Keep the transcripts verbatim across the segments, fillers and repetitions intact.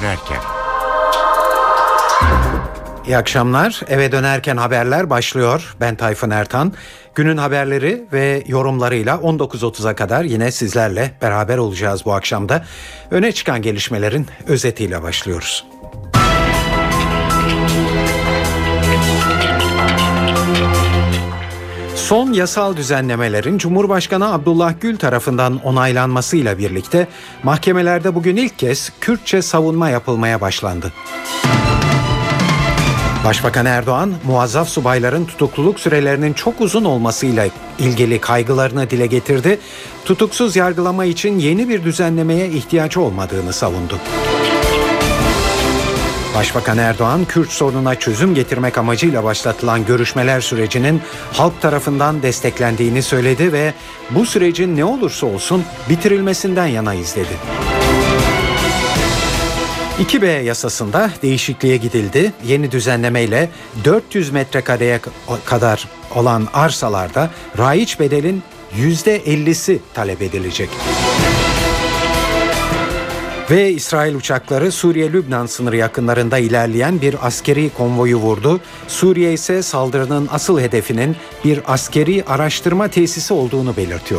dönerken. İyi akşamlar. Eve dönerken haberler başlıyor. Ben Tayfun Ertan. Günün haberleri ve yorumlarıyla on dokuz otuza kadar yine sizlerle beraber olacağız bu akşamda. Öne çıkan gelişmelerin özetiyle başlıyoruz. Son yasal düzenlemelerin Cumhurbaşkanı Abdullah Gül tarafından onaylanmasıyla birlikte mahkemelerde bugün ilk kez Kürtçe savunma yapılmaya başlandı. Başbakan Erdoğan, muazzaf subayların tutukluluk sürelerinin çok uzun olmasıyla ilgili kaygılarını dile getirdi. Tutuksuz yargılama için yeni bir düzenlemeye ihtiyaç olmadığını savundu. Başbakan Erdoğan, Kürt sorununa çözüm getirmek amacıyla başlatılan görüşmeler sürecinin halk tarafından desteklendiğini söyledi ve bu sürecin ne olursa olsun bitirilmesinden yanayız dedi. iki B yasasında değişikliğe gidildi. Yeni düzenlemeyle dört yüz metrekareye kadar olan arsalarda raiç bedelin yüzde ellisi talep edilecek. Ve İsrail uçakları Suriye-Lübnan sınırı yakınlarında ilerleyen bir askeri konvoyu vurdu. Suriye ise saldırının asıl hedefinin bir askeri araştırma tesisi olduğunu belirtiyor.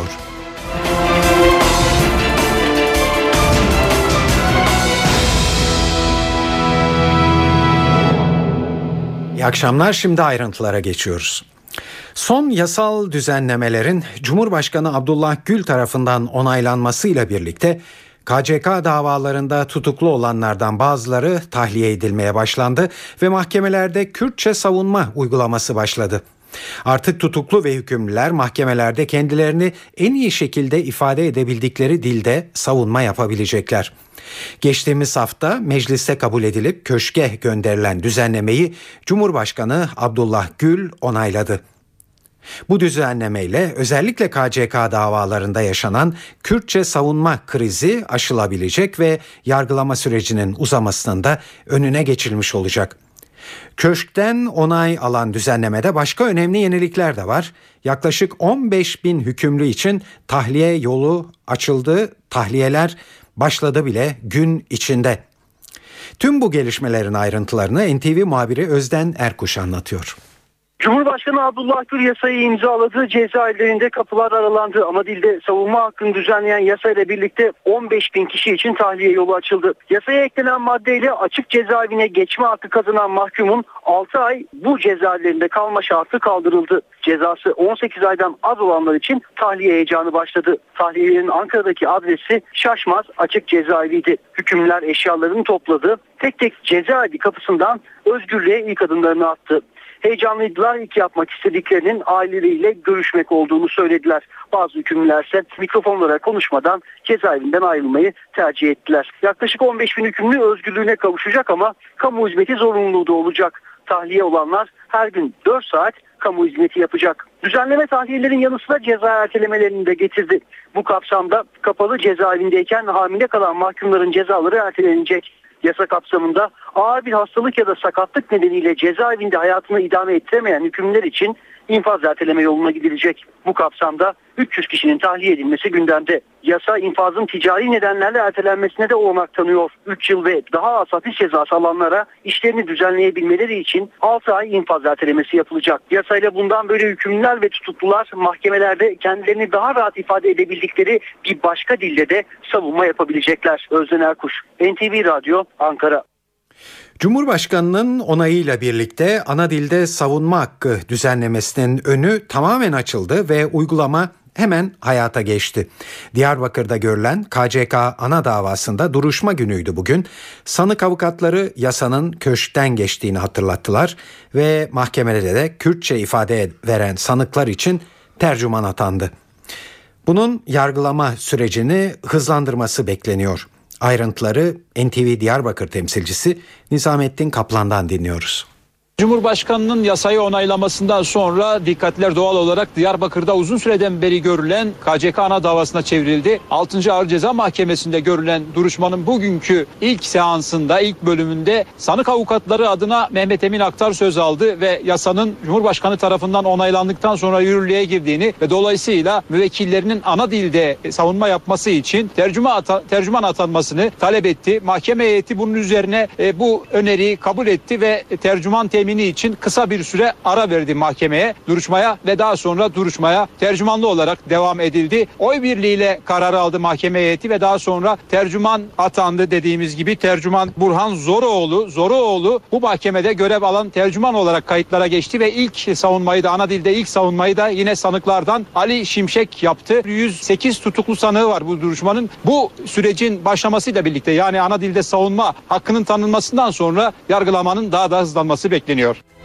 İyi akşamlar, şimdi ayrıntılara geçiyoruz. Son yasal düzenlemelerin Cumhurbaşkanı Abdullah Gül tarafından onaylanmasıyla birlikte K C K davalarında tutuklu olanlardan bazıları tahliye edilmeye başlandı ve mahkemelerde Kürtçe savunma uygulaması başladı. Artık tutuklu ve hükümlüler mahkemelerde kendilerini en iyi şekilde ifade edebildikleri dilde savunma yapabilecekler. Geçtiğimiz hafta mecliste kabul edilip köşke gönderilen düzenlemeyi Cumhurbaşkanı Abdullah Gül onayladı. Bu düzenlemeyle özellikle K C K davalarında yaşanan Kürtçe savunma krizi aşılabilecek ve yargılama sürecinin uzamasının da önüne geçilmiş olacak. Köşkten onay alan düzenlemede başka önemli yenilikler de var. Yaklaşık on beş bin hükümlü için tahliye yolu açıldı. Tahliyeler başladı bile gün içinde. Tüm bu gelişmelerin ayrıntılarını N T V muhabiri Özden Erkuş anlatıyor. Cumhurbaşkanı Abdullah Gül yasayı imzaladı. Cezaevlerinde kapılar aralandı. Ama dilde savunma hakkını düzenleyen yasayla birlikte on beş bin kişi için tahliye yolu açıldı. Yasaya eklenen maddeyle açık cezaevine geçme hakkı kazanan mahkumun altı ay bu cezaevlerinde kalma şartı kaldırıldı. Cezası on sekiz aydan az olanlar için tahliye heyecanı başladı. Tahliyelerin Ankara'daki adresi Şaşmaz Açık Cezaeviydi. Hükümlüler eşyalarını topladı. Tek tek cezaevi kapısından özgürlüğe ilk adımlarını attı. Heyecanlıydılar, ilk yapmak istediklerinin aileleriyle görüşmek olduğunu söylediler. Bazı hükümlülerse mikrofonlara konuşmadan cezaevinden ayrılmayı tercih ettiler. Yaklaşık on beş bin hükümlü özgürlüğüne kavuşacak ama kamu hizmeti zorunluluğu da olacak. Tahliye olanlar her gün dört saat kamu hizmeti yapacak. Düzenleme tahliyelerin yanı sıra ceza ertelemelerini de getirdi. Bu kapsamda kapalı cezaevindeyken hamile kalan mahkumların cezaları ertelenecek. Yasa kapsamında ağır bir hastalık ya da sakatlık nedeniyle cezaevinde hayatını idame ettiremeyen hükümlüler için infaz erteleme yoluna gidilecek. Bu kapsamda üç yüz kişinin tahliye edilmesi gündemde. Yasa infazın ticari nedenlerle ertelenmesine de olanak tanıyor. üç yıl ve daha az hapis cezası alanlara işlerini düzenleyebilmeleri için altı ay infaz ertelemesi yapılacak. Yasayla bundan böyle hükümlüler ve tutuklular mahkemelerde kendilerini daha rahat ifade edebildikleri bir başka dilde de savunma yapabilecekler. Özden Erkuş, N T V Radyo, Ankara. Cumhurbaşkanının onayıyla birlikte ana dilde savunma hakkı düzenlemesinin önü tamamen açıldı ve uygulama hemen hayata geçti. Diyarbakır'da görülen K C K ana davasında duruşma günüydü bugün. Sanık avukatları yasanın köşkten geçtiğini hatırlattılar ve mahkemede de Kürtçe ifade veren sanıklar için tercüman atandı. Bunun yargılama sürecini hızlandırması bekleniyor. Ayrıntıları N T V Diyarbakır temsilcisi Nizamettin Kaplan'dan dinliyoruz. Cumhurbaşkanının yasayı onaylamasından sonra dikkatler doğal olarak Diyarbakır'da uzun süreden beri görülen K C K ana davasına çevrildi. altıncı Ağır Ceza Mahkemesi'nde görülen duruşmanın bugünkü ilk seansında, ilk bölümünde sanık avukatları adına Mehmet Emin Aktar söz aldı ve yasanın Cumhurbaşkanı tarafından onaylandıktan sonra yürürlüğe girdiğini ve dolayısıyla müvekkillerinin ana dilde savunma yapması için tercüme ata, tercüman atanmasını talep etti. Mahkeme heyeti bunun üzerine e, bu öneriyi kabul etti ve tercüman temin için kısa bir süre ara verdi mahkemeye, duruşmaya ve daha sonra duruşmaya tercümanlı olarak devam edildi. Oy birliğiyle kararı aldı mahkeme heyeti ve daha sonra tercüman atandı dediğimiz gibi. Tercüman Burhan Zoroğlu, Zoroğlu bu mahkemede görev alan tercüman olarak kayıtlara geçti ve ilk savunmayı da ana dilde ilk savunmayı da yine sanıklardan Ali Şimşek yaptı. yüz sekiz tutuklu sanığı var bu duruşmanın. Bu sürecin başlamasıyla birlikte, yani ana dilde savunma hakkının tanınmasından sonra yargılamanın daha da hızlanması bekleniyor.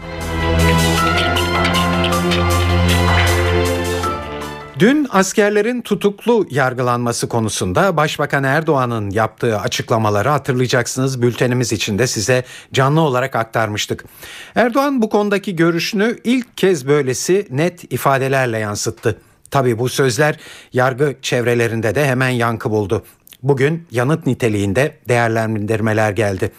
Dün askerlerin tutuklu yargılanması konusunda Başbakan Erdoğan'ın yaptığı açıklamaları hatırlayacaksınız. Bültenimiz içinde size canlı olarak aktarmıştık. Erdoğan bu konudaki görüşünü ilk kez böylesi net ifadelerle yansıttı. Tabii bu sözler yargı çevrelerinde de hemen yankı buldu. Bugün yanıt niteliğinde değerlendirmeler geldi.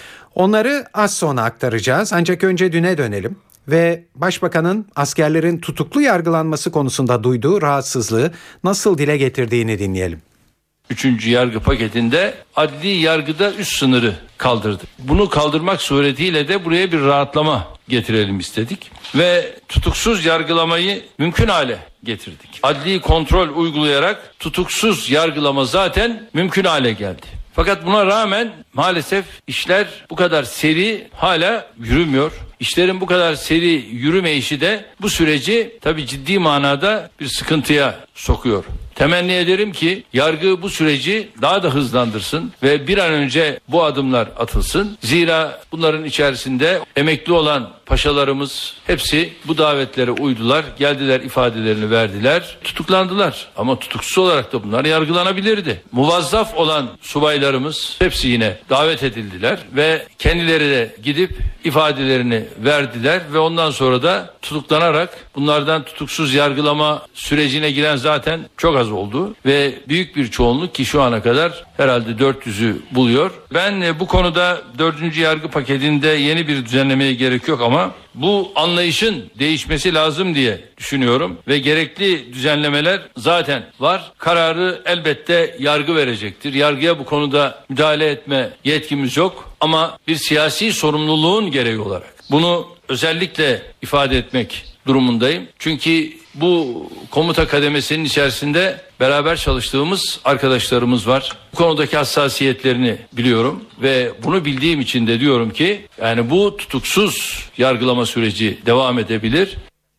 Onları az sonra aktaracağız, ancak önce düne dönelim ve Başbakanın askerlerin tutuklu yargılanması konusunda duyduğu rahatsızlığı nasıl dile getirdiğini dinleyelim. Üçüncü yargı paketinde adli yargıda üst sınırı kaldırdı. Bunu kaldırmak suretiyle de buraya bir rahatlama getirelim istedik ve tutuksuz yargılamayı mümkün hale getirdik. Adli kontrol uygulayarak tutuksuz yargılama zaten mümkün hale geldi. Fakat buna rağmen maalesef işler bu kadar seri hala yürümüyor. İşlerin bu kadar seri yürümeyişi de bu süreci tabii ciddi manada bir sıkıntıya sokuyor. Temenni ederim ki yargı bu süreci daha da hızlandırsın ve bir an önce bu adımlar atılsın. Zira bunların içerisinde emekli olan paşalarımız hepsi bu davetlere uydular, geldiler, ifadelerini verdiler, tutuklandılar. Ama tutuksuz olarak da bunlar yargılanabilirdi. Muvazzaf olan subaylarımız hepsi yine davet edildiler ve kendileri de gidip ifadelerini verdiler ve ondan sonra da tutuklanarak bunlardan tutuksuz yargılama sürecine giren zaten çok az oldu ve büyük bir çoğunluk ki şu ana kadar herhalde dört yüzü buluyor. Ben bu konuda dördüncü yargı paketinde yeni bir düzenlemeye gerek yok ama bu anlayışın değişmesi lazım diye düşünüyorum ve gerekli düzenlemeler zaten var. Kararı elbette yargı verecektir. Yargıya bu konuda müdahale etme yetkimiz yok ama bir siyasi sorumluluğun gereği olarak bunu özellikle ifade etmek durumundayım. Çünkü bu komuta kademesinin içerisinde beraber çalıştığımız arkadaşlarımız var. Bu konudaki hassasiyetlerini biliyorum ve bunu bildiğim için de diyorum ki yani bu tutuksuz yargılama süreci devam edebilir.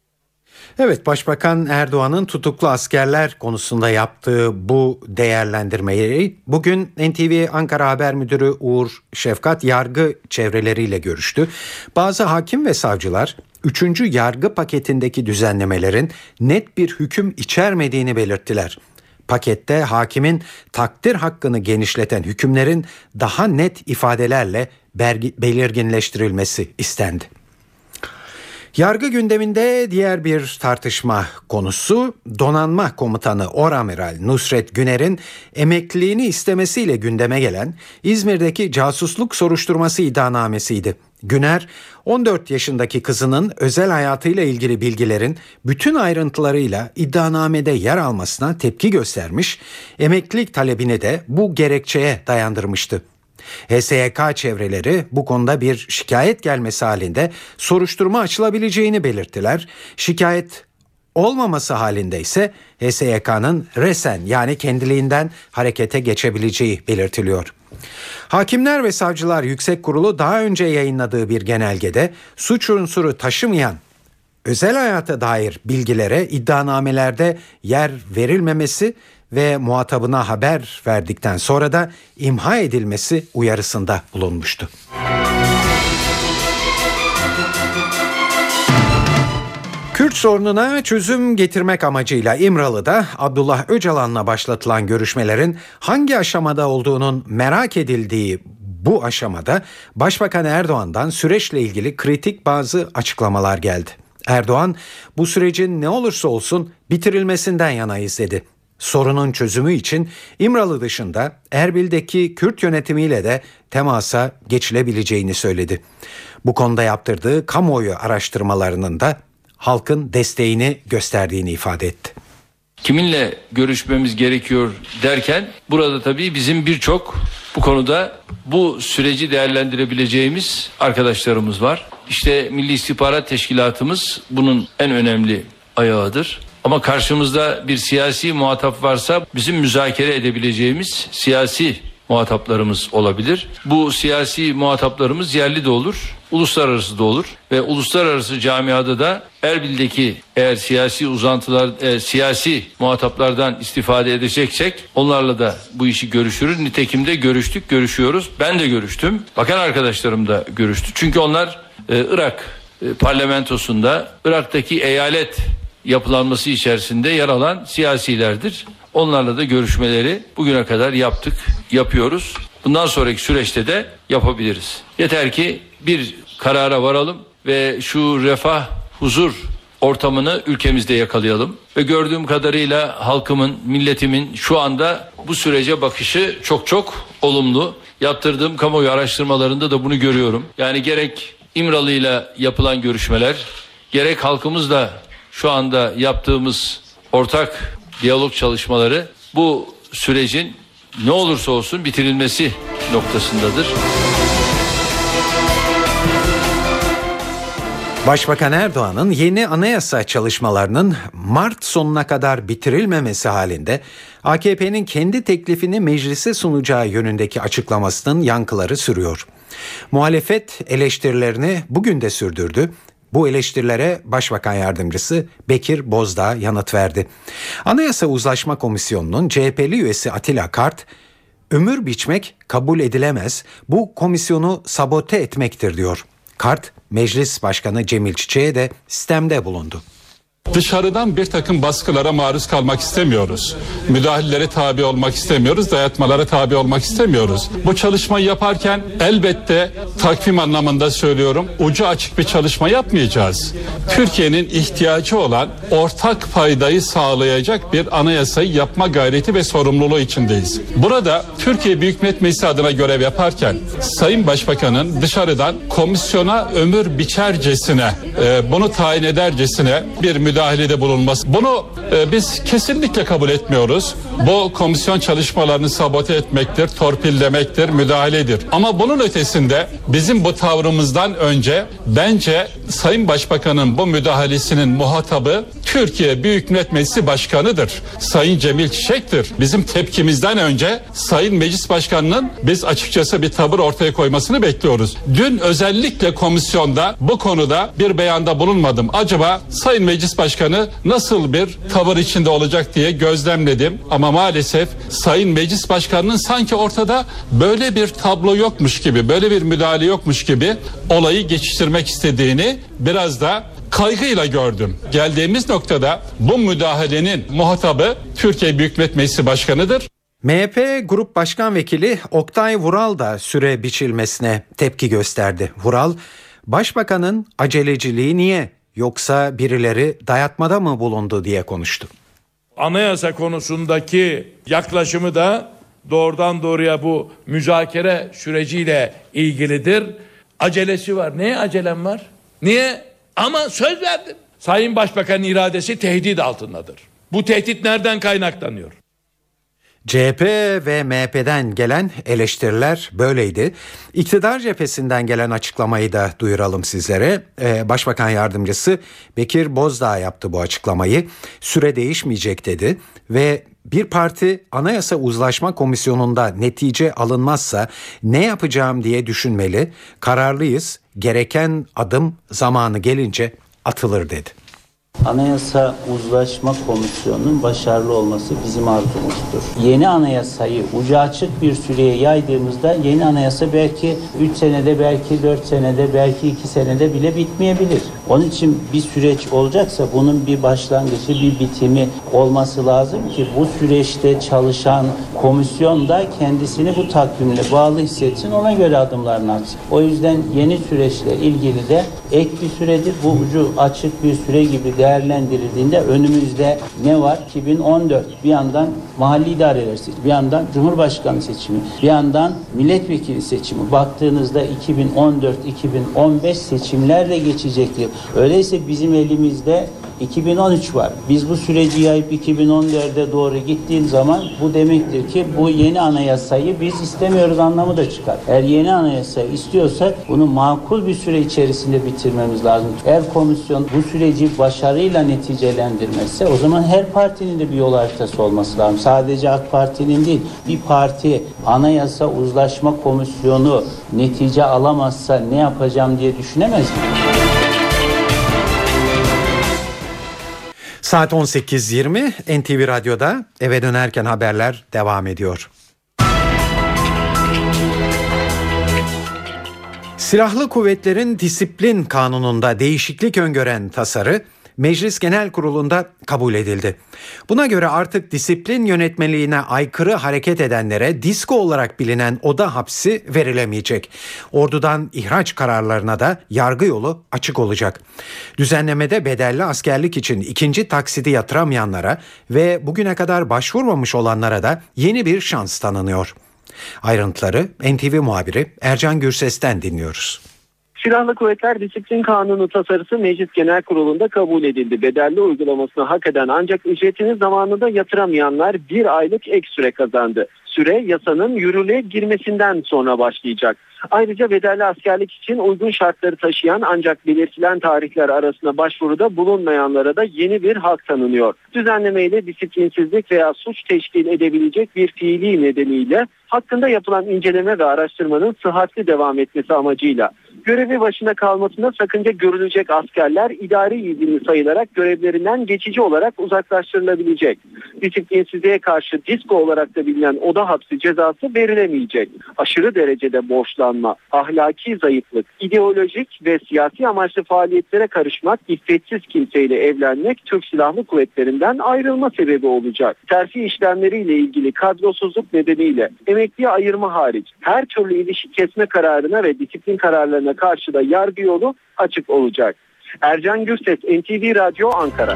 Evet, Başbakan Erdoğan'ın tutuklu askerler konusunda yaptığı bu değerlendirmeyi bugün N T V Ankara Haber Müdürü Uğur Şefkat yargı çevreleriyle görüştü. Bazı hakim ve savcılar üçüncü yargı paketindeki düzenlemelerin net bir hüküm içermediğini belirttiler. Pakette hakimin takdir hakkını genişleten hükümlerin daha net ifadelerle belirginleştirilmesi istendi. Yargı gündeminde diğer bir tartışma konusu Donanma Komutanı Oramiral Nusret Güner'in emekliliğini istemesiyle gündeme gelen İzmir'deki casusluk soruşturması iddianamesiydi. Güner, on dört yaşındaki kızının özel hayatıyla ilgili bilgilerin bütün ayrıntılarıyla iddianamede yer almasına tepki göstermiş, emeklilik talebini de bu gerekçeye dayandırmıştı. H S Y K çevreleri bu konuda bir şikayet gelmesi halinde soruşturma açılabileceğini belirttiler. Şikayet olmaması halinde ise H S Y K'nın resen yani kendiliğinden harekete geçebileceği belirtiliyor. Hakimler ve Savcılar Yüksek Kurulu daha önce yayınladığı bir genelgede suç unsuru taşımayan özel hayata dair bilgilere iddianamelerde yer verilmemesi ve muhatabına haber verdikten sonra da imha edilmesi uyarısında bulunmuştu. Kürt sorununa çözüm getirmek amacıyla İmralı'da Abdullah Öcalan'la başlatılan görüşmelerin hangi aşamada olduğunun merak edildiği Bu aşamada Başbakan Erdoğan'dan süreçle ilgili kritik bazı açıklamalar geldi. Erdoğan, bu sürecin ne olursa olsun bitirilmesinden yanayız dedi. Sorunun çözümü için İmralı dışında Erbil'deki Kürt yönetimiyle de temasa geçilebileceğini söyledi. Bu konuda yaptırdığı kamuoyu araştırmalarının da halkın desteğini gösterdiğini ifade etti. Kiminle görüşmemiz gerekiyor derken burada tabii bizim birçok bu konuda bu süreci değerlendirebileceğimiz arkadaşlarımız var. İşte Milli İstihbarat Teşkilatımız bunun en önemli ayağıdır. Ama karşımızda bir siyasi muhatap varsa bizim müzakere edebileceğimiz siyasi muhataplarımız olabilir. Bu siyasi muhataplarımız yerli de olur, uluslararası da olur ve uluslararası camiada da Erbil'deki eğer siyasi uzantılar, e, siyasi muhataplardan istifade edeceksek onlarla da bu işi görüşürüz. Nitekim de görüştük, görüşüyoruz. Ben de görüştüm. Bakan arkadaşlarım da görüştü. Çünkü onlar e, Irak e, parlamentosunda Irak'taki eyalet yapılanması içerisinde yer alan siyasilerdir. Onlarla da görüşmeleri bugüne kadar yaptık, yapıyoruz. Bundan sonraki süreçte de yapabiliriz. Yeter ki bir karara varalım ve şu refah, huzur ortamını ülkemizde yakalayalım. Ve gördüğüm kadarıyla halkımın, milletimin şu anda bu sürece bakışı çok çok olumlu. Yaptırdığım kamuoyu araştırmalarında da bunu görüyorum. Yani gerek İmralı'yla yapılan görüşmeler, gerek halkımızla şu anda yaptığımız ortak diyalog çalışmaları bu sürecin ne olursa olsun bitirilmesi noktasındadır. Başbakan Erdoğan'ın yeni anayasa çalışmalarının Mart sonuna kadar bitirilmemesi halinde A K P'nin kendi teklifini meclise sunacağı yönündeki açıklamasının yankıları sürüyor. Muhalefet eleştirilerini bugün de sürdürdü. Bu eleştirilere Başbakan Yardımcısı Bekir Bozdağ yanıt verdi. Anayasa Uzlaşma Komisyonu'nun C H P'li üyesi Atilla Kart, ömür biçmek kabul edilemez, bu komisyonu sabote etmektir diyor. Kart, Meclis Başkanı Cemil Çiçek'e de sistemde bulundu. Dışarıdan bir takım baskılara maruz kalmak istemiyoruz. Müdahalelere tabi olmak istemiyoruz, dayatmalara tabi olmak istemiyoruz. Bu çalışmayı yaparken elbette takvim anlamında söylüyorum, ucu açık bir çalışma yapmayacağız. Türkiye'nin ihtiyacı olan ortak paydayı sağlayacak bir anayasayı yapma gayreti ve sorumluluğu içindeyiz. Burada Türkiye Büyük Millet Meclisi adına görev yaparken Sayın Başbakan'ın dışarıdan komisyona ömür biçercesine, e, bunu tayin edercesine bir müdahalede bulunması. Bunu e, biz kesinlikle kabul etmiyoruz. Bu komisyon çalışmalarını sabote etmektir, torpillemektir, müdahaledir. Ama bunun ötesinde bizim bu tavrımızdan önce bence Sayın Başbakan'ın bu müdahalesinin muhatabı Türkiye Büyük Millet Meclisi Başkanı'dır. Sayın Cemil Çiçek'tir. Bizim tepkimizden önce Sayın Meclis Başkanı'nın biz açıkçası bir tavır ortaya koymasını bekliyoruz. Dün özellikle komisyonda bu konuda bir beyanda bulunmadım. Acaba Sayın Meclis Başkanı nasıl bir tavır içinde olacak diye gözlemledim. Ama maalesef Sayın Meclis Başkanı'nın sanki ortada böyle bir tablo yokmuş gibi, böyle bir müdahale yokmuş gibi olayı geçiştirmek istediğini biraz da kaygıyla gördüm. Geldiğimiz noktada bu müdahalenin muhatabı Türkiye Büyük Millet Meclisi Başkanı'dır. M H P Grup Başkan Vekili Oktay Vural da süre biçilmesine tepki gösterdi. Vural, Başbakanın aceleciliği niye, yoksa birileri dayatmada mı bulundu diye konuştu. Anayasa konusundaki yaklaşımı da doğrudan doğruya bu müzakere süreciyle ilgilidir. Acelesi var. Neye acelem var? Niye? Ama söz verdim. Sayın Başbakan'ın iradesi tehdit altındadır. Bu tehdit nereden kaynaklanıyor? C H P ve M H P'den gelen eleştiriler böyleydi. İktidar cephesinden gelen açıklamayı da duyuralım sizlere. Ee, Başbakan Yardımcısı Bekir Bozdağ yaptı bu açıklamayı. Süre değişmeyecek dedi ve bir parti Anayasa Uzlaşma Komisyonu'nda netice alınmazsa ne yapacağım diye düşünmeli. Kararlıyız, gereken adım zamanı gelince atılır dedi. Anayasa Uzlaşma Komisyonu'nun başarılı olması bizim arzumuzdur. Yeni anayasayı ucu açık bir süreye yaydığımızda yeni anayasa belki üç senede, belki dört senede, belki iki senede bile bitmeyebilir. Onun için bir süreç olacaksa bunun bir başlangıcı, bir bitimi olması lazım ki bu süreçte çalışan komisyon da kendisini bu takvimle bağlı hissetsin, ona göre adımlarını atsın. O yüzden yeni süreçle ilgili de ek bir süredir. Bu ucu açık bir süre gibi değerlendirildiğinde önümüzde ne var? iki bin on dört bir yandan mahalli idareler seçimi, bir yandan Cumhurbaşkanı seçimi, bir yandan milletvekili seçimi. Baktığınızda iki bin on dört iki bin on beş seçimlerle geçecektir. Öyleyse bizim elimizde iki bin on üç var. Biz bu süreci yayıp iki bin on dörde doğru gittiğim zaman bu demektir ki bu yeni anayasayı biz istemiyoruz anlamı da çıkar. Eğer yeni anayasayı istiyorsak bunu makul bir süre içerisinde bitirmemiz lazım. Eğer komisyon bu süreci başarıyla neticelendirmezse o zaman her partinin de bir yol haritası olması lazım. Sadece AK Parti'nin değil, bir parti Anayasa Uzlaşma Komisyonu netice alamazsa ne yapacağım diye düşünemez mi? Saat on sekiz yirmi N T V Radyo'da eve dönerken haberler devam ediyor. Silahlı Kuvvetlerin Disiplin Kanunu'nda değişiklik öngören tasarı Meclis Genel Kurulu'nda kabul edildi. Buna göre artık disiplin yönetmeliğine aykırı hareket edenlere disko olarak bilinen oda hapsi verilemeyecek. Ordudan ihraç kararlarına da yargı yolu açık olacak. Düzenlemede bedelli askerlik için ikinci taksidi yatıramayanlara ve bugüne kadar başvurmamış olanlara da yeni bir şans tanınıyor. Ayrıntıları N T V muhabiri Ercan Gürses'ten dinliyoruz. Silahlı Kuvvetler Disiplin Kanunu tasarısı Meclis Genel Kurulu'nda kabul edildi. Bedelli uygulamasını hak eden ancak ücretini zamanında yatıramayanlar bir aylık ek süre kazandı. Süre yasanın yürürlüğe girmesinden sonra başlayacak. Ayrıca bedelli askerlik için uygun şartları taşıyan ancak belirtilen tarihler arasında başvuruda bulunmayanlara da yeni bir hak tanınıyor. Düzenlemeyle disiplinsizlik veya suç teşkil edebilecek bir fiili nedeniyle hakkında yapılan inceleme ve araştırmanın sıhhatli devam etmesi amacıyla görevi başında kalmasında sakınca görülecek askerler idari izinli sayılarak görevlerinden geçici olarak uzaklaştırılabilecek. Disiplinsizliğe karşı disko olarak da bilinen oda hapsi cezası verilemeyecek. Aşırı derecede borçlanma, ahlaki zayıflık, ideolojik ve siyasi amaçlı faaliyetlere karışmak, iffetsiz kimseyle evlenmek Türk Silahlı Kuvvetleri'nden ayrılma sebebi olacak. Terfi işlemleriyle ilgili kadrosuzluk nedeniyle emekliye ayırma hariç her türlü ilişki kesme kararına ve disiplin kararlarına karşı da yargı yolu açık olacak. Ercan Gürses, N T V Radyo, Ankara.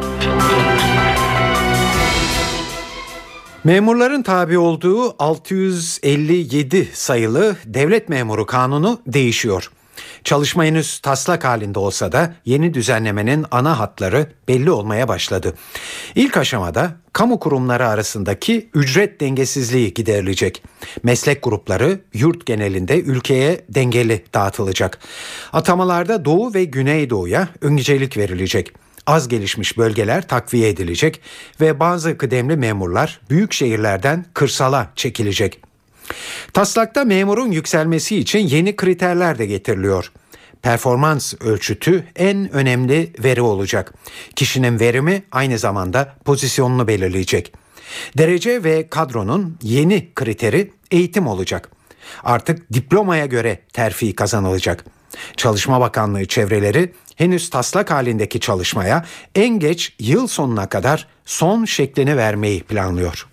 Memurların tabi olduğu altı yüz elli yedi sayılı Devlet Memuru Kanunu değişiyor. Çalışma henüz taslak halinde olsa da yeni düzenlemenin ana hatları belli olmaya başladı. İlk aşamada kamu kurumları arasındaki ücret dengesizliği giderilecek. Meslek grupları yurt genelinde ülkeye dengeli dağıtılacak. Atamalarda Doğu ve Güneydoğu'ya öncelik verilecek. Az gelişmiş bölgeler takviye edilecek ve bazı kıdemli memurlar büyük şehirlerden kırsala çekilecek. Taslakta memurun yükselmesi için yeni kriterler de getiriliyor. Performans ölçütü en önemli veri olacak. Kişinin verimi aynı zamanda pozisyonunu belirleyecek. Derece ve kadronun yeni kriteri eğitim olacak. Artık diplomaya göre terfi kazanılacak. Çalışma Bakanlığı çevreleri henüz taslak halindeki çalışmaya en geç yıl sonuna kadar son şeklini vermeyi planlıyor.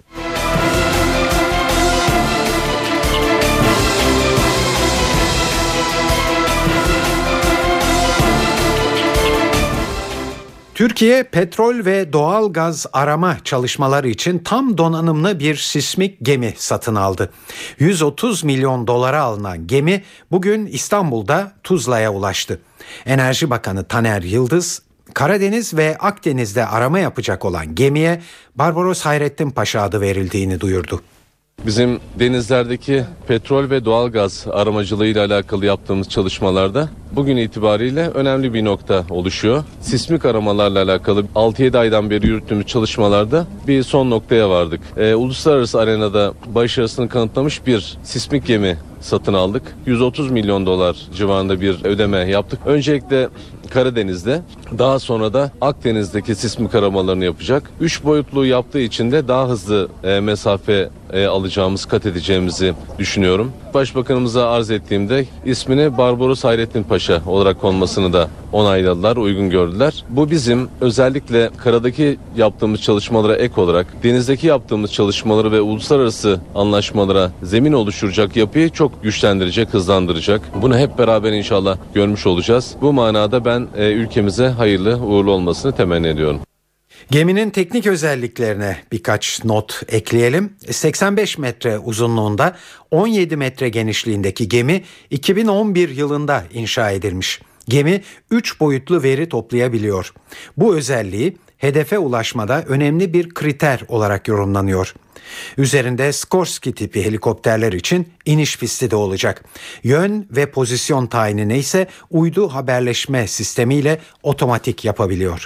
Türkiye petrol ve doğal gaz arama çalışmaları için tam donanımlı bir sismik gemi satın aldı. yüz otuz milyon dolara alınan gemi bugün İstanbul'da Tuzla'ya ulaştı. Enerji Bakanı Taner Yıldız, Karadeniz ve Akdeniz'de arama yapacak olan gemiye Barbaros Hayrettin Paşa adı verildiğini duyurdu. Bizim denizlerdeki petrol ve doğalgaz aramacılığı ile alakalı yaptığımız çalışmalarda bugün itibariyle önemli bir nokta oluşuyor. Sismik aramalarla alakalı altı yedi aydan beri yürüttüğümüz çalışmalarda bir son noktaya vardık. Ee, uluslararası arenada başarısını kanıtlamış bir sismik gemi satın aldık. yüz otuz milyon dolar civarında bir ödeme yaptık. Öncelikle Karadeniz'de, daha sonra da Akdeniz'deki sismik aramalarını yapacak. Üç boyutlu yaptığı için de daha hızlı e, mesafe e, alacağımız, kat edeceğimizi düşünüyorum. Başbakanımıza arz ettiğimde ismini Barbaros Hayrettin Paşa olarak konmasını da onayladılar, uygun gördüler. Bu bizim özellikle karadaki yaptığımız çalışmalara ek olarak denizdeki yaptığımız çalışmaları ve uluslararası anlaşmalara zemin oluşturacak yapıyı çok güçlendirecek, hızlandıracak. Bunu hep beraber inşallah görmüş olacağız. Bu manada ben e, ülkemize hayırlı uğurlu olmasını temenni ediyorum. Geminin teknik özelliklerine birkaç not ekleyelim. seksen beş metre uzunluğunda, on yedi metre genişliğindeki gemi iki bin on bir yılında inşa edilmiş. Gemi üç boyutlu veri toplayabiliyor. Bu özelliği hedefe ulaşmada önemli bir kriter olarak yorumlanıyor. Üzerinde Skorsky tipi helikopterler için iniş pisti de olacak. Yön ve pozisyon tayinini ise uydu haberleşme sistemiyle otomatik yapabiliyor.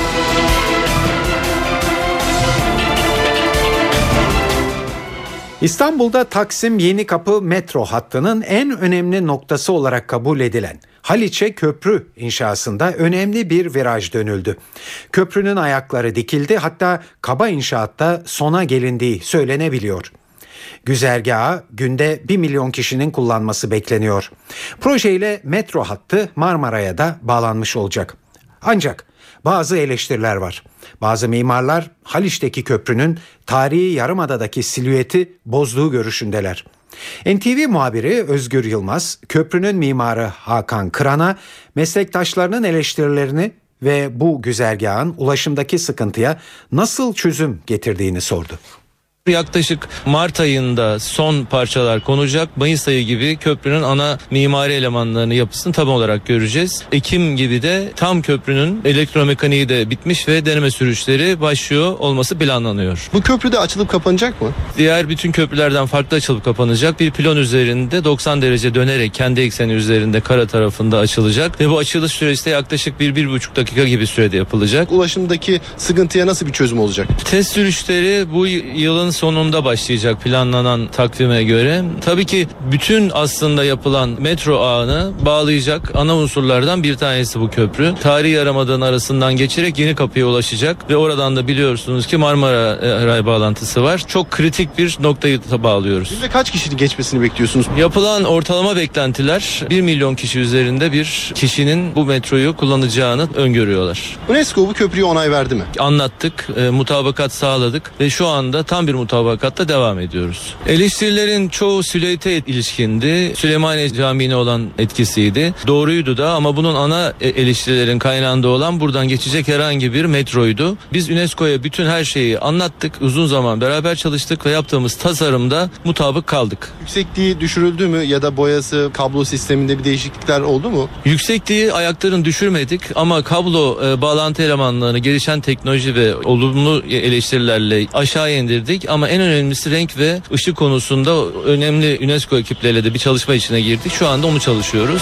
İstanbul'da Taksim Yenikapı metro hattının en önemli noktası olarak kabul edilen Haliç'e köprü inşasında önemli bir viraj dönüldü. Köprünün ayakları dikildi, hatta kaba inşaatta sona gelindiği söylenebiliyor. Güzergahı günde bir milyon kişinin kullanması bekleniyor. Projeyle metro hattı Marmara'ya da bağlanmış olacak. Ancak bazı eleştiriler var. Bazı mimarlar Haliç'teki köprünün tarihi Yarımada'daki silüeti bozduğu görüşündeler. N T V muhabiri Özgür Yılmaz, köprünün mimarı Hakan Kıran'a meslektaşlarının eleştirilerini ve bu güzergahın ulaşımdaki sıkıntıya nasıl çözüm getirdiğini sordu. Yaklaşık Mart ayında son parçalar konacak. Mayıs ayı gibi köprünün ana mimari elemanlarını, yapısını tam olarak göreceğiz. Ekim gibi de tam köprünün elektromekaniği de bitmiş ve deneme sürüşleri başlıyor olması planlanıyor. Bu köprü de açılıp kapanacak mı? Diğer bütün köprülerden farklı açılıp kapanacak. Bir pilon üzerinde doksan derece dönerek kendi ekseni üzerinde kara tarafında açılacak ve bu açılış süresi de yaklaşık bir bir buçuk dakika gibi sürede yapılacak. Ulaşımdaki sıkıntıya nasıl bir çözüm olacak? Test sürüşleri bu yılın sonunda başlayacak planlanan takvime göre. Tabii ki bütün aslında yapılan metro ağını bağlayacak ana unsurlardan bir tanesi bu köprü. Tarihi Yarımada'nın arasından geçerek Yenikapı'ya ulaşacak ve oradan da biliyorsunuz ki Marmara Ray bağlantısı var. Çok kritik bir noktayı bağlıyoruz. Ve kaç kişinin geçmesini bekliyorsunuz? Yapılan ortalama beklentiler bir milyon kişi üzerinde bir kişinin bu metroyu kullanacağını öngörüyorlar. UNESCO bu köprüye onay verdi mi? Anlattık, e, mutabakat sağladık ve şu anda tam bir mutabakatta devam ediyoruz. Eleştirilerin çoğu Süleyt'e ilişkindi. Süleymaniye Camii'ne olan etkisiydi. Doğruydu da, ama bunun ana eleştirilerin kaynağında olan buradan geçecek herhangi bir metroydu. Biz UNESCO'ya bütün her şeyi anlattık. Uzun zaman beraber çalıştık ve yaptığımız tasarımda mutabık kaldık. Yüksekliği düşürüldü mü ya da boyası, kablo sisteminde bir değişiklikler oldu mu? Yüksekliği ayakların düşürmedik ama kablo e, bağlantı elemanlarını gelişen teknoloji ve olumlu eleştirilerle aşağı indirdik. Ama en önemlisi renk ve ışık konusunda önemli UNESCO ekipleriyle de bir çalışma içine girdik. Şu anda onu çalışıyoruz.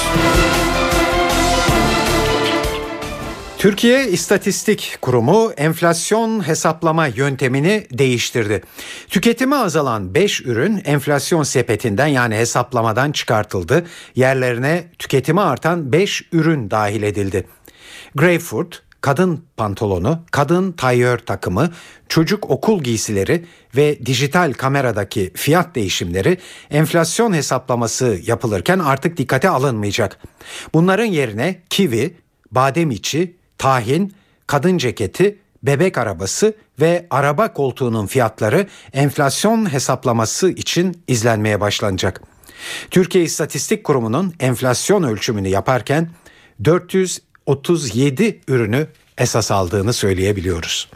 Türkiye İstatistik Kurumu enflasyon hesaplama yöntemini değiştirdi. Tüketimi azalan beş ürün enflasyon sepetinden, yani hesaplamadan çıkartıldı. Yerlerine tüketimi artan beş ürün dahil edildi. Greyfurt, kadın pantolonu, kadın tayyör takımı, çocuk okul giysileri ve dijital kameradaki fiyat değişimleri enflasyon hesaplaması yapılırken artık dikkate alınmayacak. Bunların yerine kivi, badem içi, tahin, kadın ceketi, bebek arabası ve araba koltuğunun fiyatları enflasyon hesaplaması için izlenmeye başlanacak. Türkiye İstatistik Kurumu'nun enflasyon ölçümünü yaparken dört yüz otuz yedi ürünü esas aldığını söyleyebiliyoruz.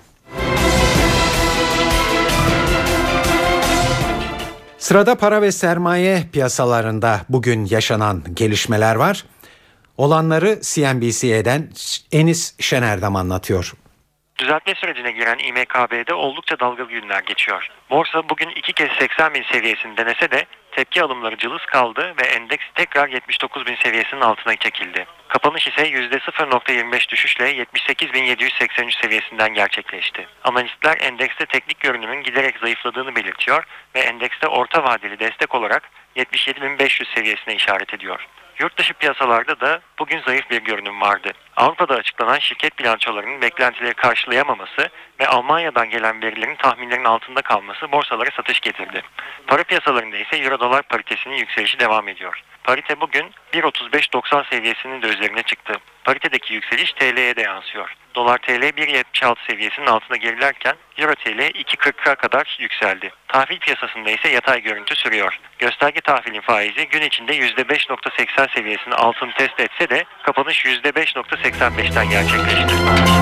Sırada para ve sermaye piyasalarında bugün yaşanan gelişmeler var. Olanları C N B C'den Enis Şenerdem anlatıyor. Düzeltme sürecine giren İ M K B'de oldukça dalgalı günler geçiyor. Borsa bugün iki kez seksen bin seviyesini denese de tepki alımları cılız kaldı ve endeks tekrar yetmiş dokuz bin seviyesinin altına çekildi. Kapanış ise yüzde sıfır virgül yirmi beş düşüşle yetmiş sekiz bin yedi yüz seksen üç seviyesinden gerçekleşti. Analistler endekste teknik görünümün giderek zayıfladığını belirtiyor ve endekste orta vadeli destek olarak yetmiş yedi bin beş yüz seviyesine işaret ediyor. Yurt dışı piyasalarda da bugün zayıf bir görünüm vardı. Avrupa'da açıklanan şirket bilançolarının beklentileri karşılayamaması ve Almanya'dan gelen verilerin tahminlerin altında kalması borsalara satış getirdi. Para piyasalarında ise Euro-Dolar paritesinin yükselişi devam ediyor. Parite bugün bir virgül otuz beş doksan seviyesinin de üzerine çıktı. Paritedeki yükseliş T L'ye de yansıyor. Dolar T L bir virgül yetmiş altı seviyesinin altına gerilerken Euro T L iki virgül kırka kadar yükseldi. Tahvil piyasasında ise yatay görüntü sürüyor. Gösterge tahvilin faizi gün içinde yüzde beş virgül seksen seviyesinin altını test etse de kapanış yüzde beş virgül seksen beşten gerçekleşti.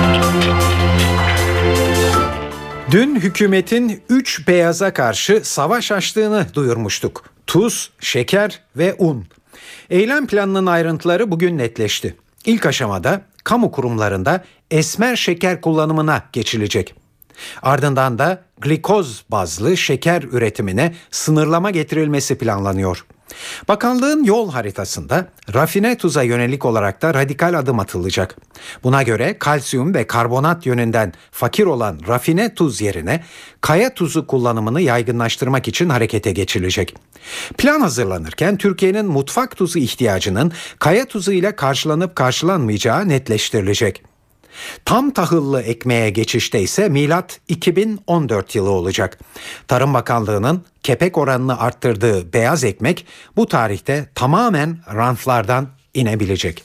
Dün hükümetin üç beyaza karşı savaş açtığını duyurmuştuk. Tuz, şeker ve un. Eylem planının ayrıntıları bugün netleşti. İlk aşamada kamu kurumlarında esmer şeker kullanımına geçilecek. Ardından da glikoz bazlı şeker üretimine sınırlama getirilmesi planlanıyor. Bakanlığın yol haritasında rafine tuza yönelik olarak da radikal adım atılacak. Buna göre kalsiyum ve karbonat yönünden fakir olan rafine tuz yerine kaya tuzu kullanımını yaygınlaştırmak için harekete geçilecek. Plan hazırlanırken Türkiye'nin mutfak tuzu ihtiyacının kaya tuzu ile karşılanıp karşılanmayacağı netleştirilecek. Tam tahıllı ekmeğe geçişte ise milat iki bin on dört yılı olacak. Tarım Bakanlığı'nın kepek oranını arttırdığı beyaz ekmek bu tarihte tamamen rantlardan inebilecek.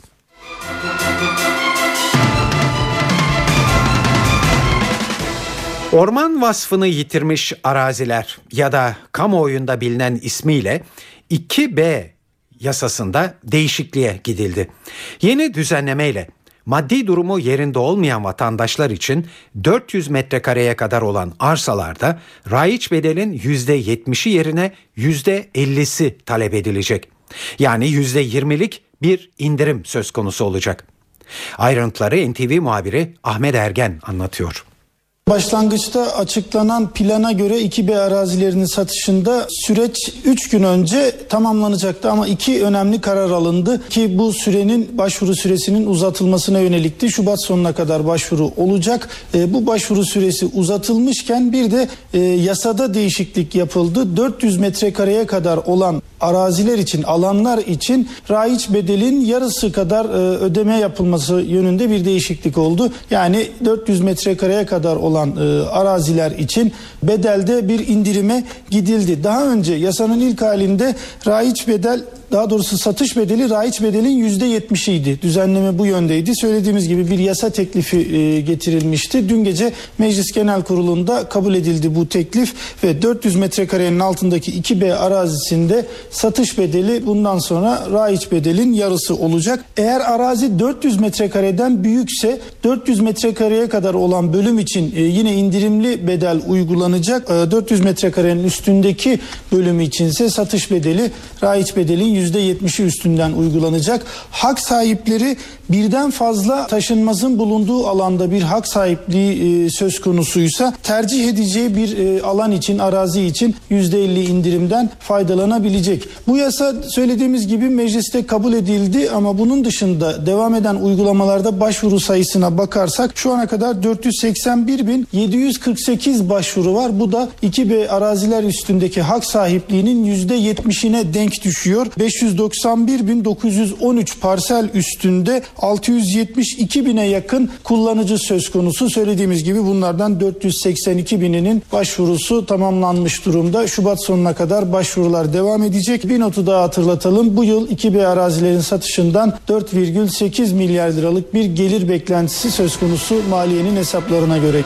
Orman vasfını yitirmiş araziler ya da kamuoyunda bilinen ismiyle iki B yasasında değişikliğe gidildi. Yeni düzenlemeyle maddi durumu yerinde olmayan vatandaşlar için dört yüz metrekareye kadar olan arsalarda raiç bedelin yüzde yetmişi yerine yüzde ellisi talep edilecek. Yani yüzde yirmilik bir indirim söz konusu olacak. Ayrıntıları N T V muhabiri Ahmet Ergen anlatıyor. Başlangıçta açıklanan plana göre iki B arazilerinin satışında süreç üç gün önce tamamlanacaktı ama iki önemli karar alındı ki bu sürenin başvuru süresinin uzatılmasına yönelikti. Şubat sonuna kadar başvuru olacak. E, bu başvuru süresi uzatılmışken bir de e, yasada değişiklik yapıldı. dört yüz metrekareye kadar olan araziler için, alanlar için raiç bedelin yarısı kadar e, ödeme yapılması yönünde bir değişiklik oldu. Yani dört yüz metrekareye kadar olan olan e, araziler için bedelde bir indirime gidildi. Daha önce yasanın ilk halinde raiç bedel, daha doğrusu satış bedeli raiç bedelin yüzde yetmişiydi. Düzenleme bu yöndeydi. Söylediğimiz gibi bir yasa teklifi e, getirilmişti. Dün gece Meclis Genel Kurulu'nda kabul edildi bu teklif ve dört yüz metrekarenin altındaki iki B arazisinde satış bedeli bundan sonra raiç bedelin yarısı olacak. Eğer arazi dört yüz metrekareden büyükse dört yüz metrekareye kadar olan bölüm için e, yine indirimli bedel uygulanacak. E, dört yüz metrekarenin üstündeki bölümü içinse satış bedeli raiç bedelin yüzde yetmişi üstünden uygulanacak. Hak sahipleri birden fazla taşınmazın bulunduğu alanda bir hak sahipliği e, söz konusuysa tercih edeceği bir e, alan için, arazi için yüzde elli indirimden faydalanabilecek. Bu yasa söylediğimiz gibi mecliste kabul edildi ama bunun dışında devam eden uygulamalarda başvuru sayısına bakarsak şu ana kadar dört yüz seksen bir bin yedi yüz kırk sekiz başvuru var. Bu da iki B araziler üstündeki hak sahipliğinin yüzde yetmişine denk düşüyor. beş yüz doksan bir bin dokuz yüz on üç parsel üstünde altı yüz yetmiş iki bine yakın kullanıcı söz konusu. Söylediğimiz gibi bunlardan dört yüz seksen iki bininin başvurusu tamamlanmış durumda. Şubat sonuna kadar başvurular devam edecek. Bir notu daha hatırlatalım. Bu yıl iki B arazilerin satışından dört virgül sekiz milyar liralık bir gelir beklentisi söz konusu maliyenin hesaplarına göre.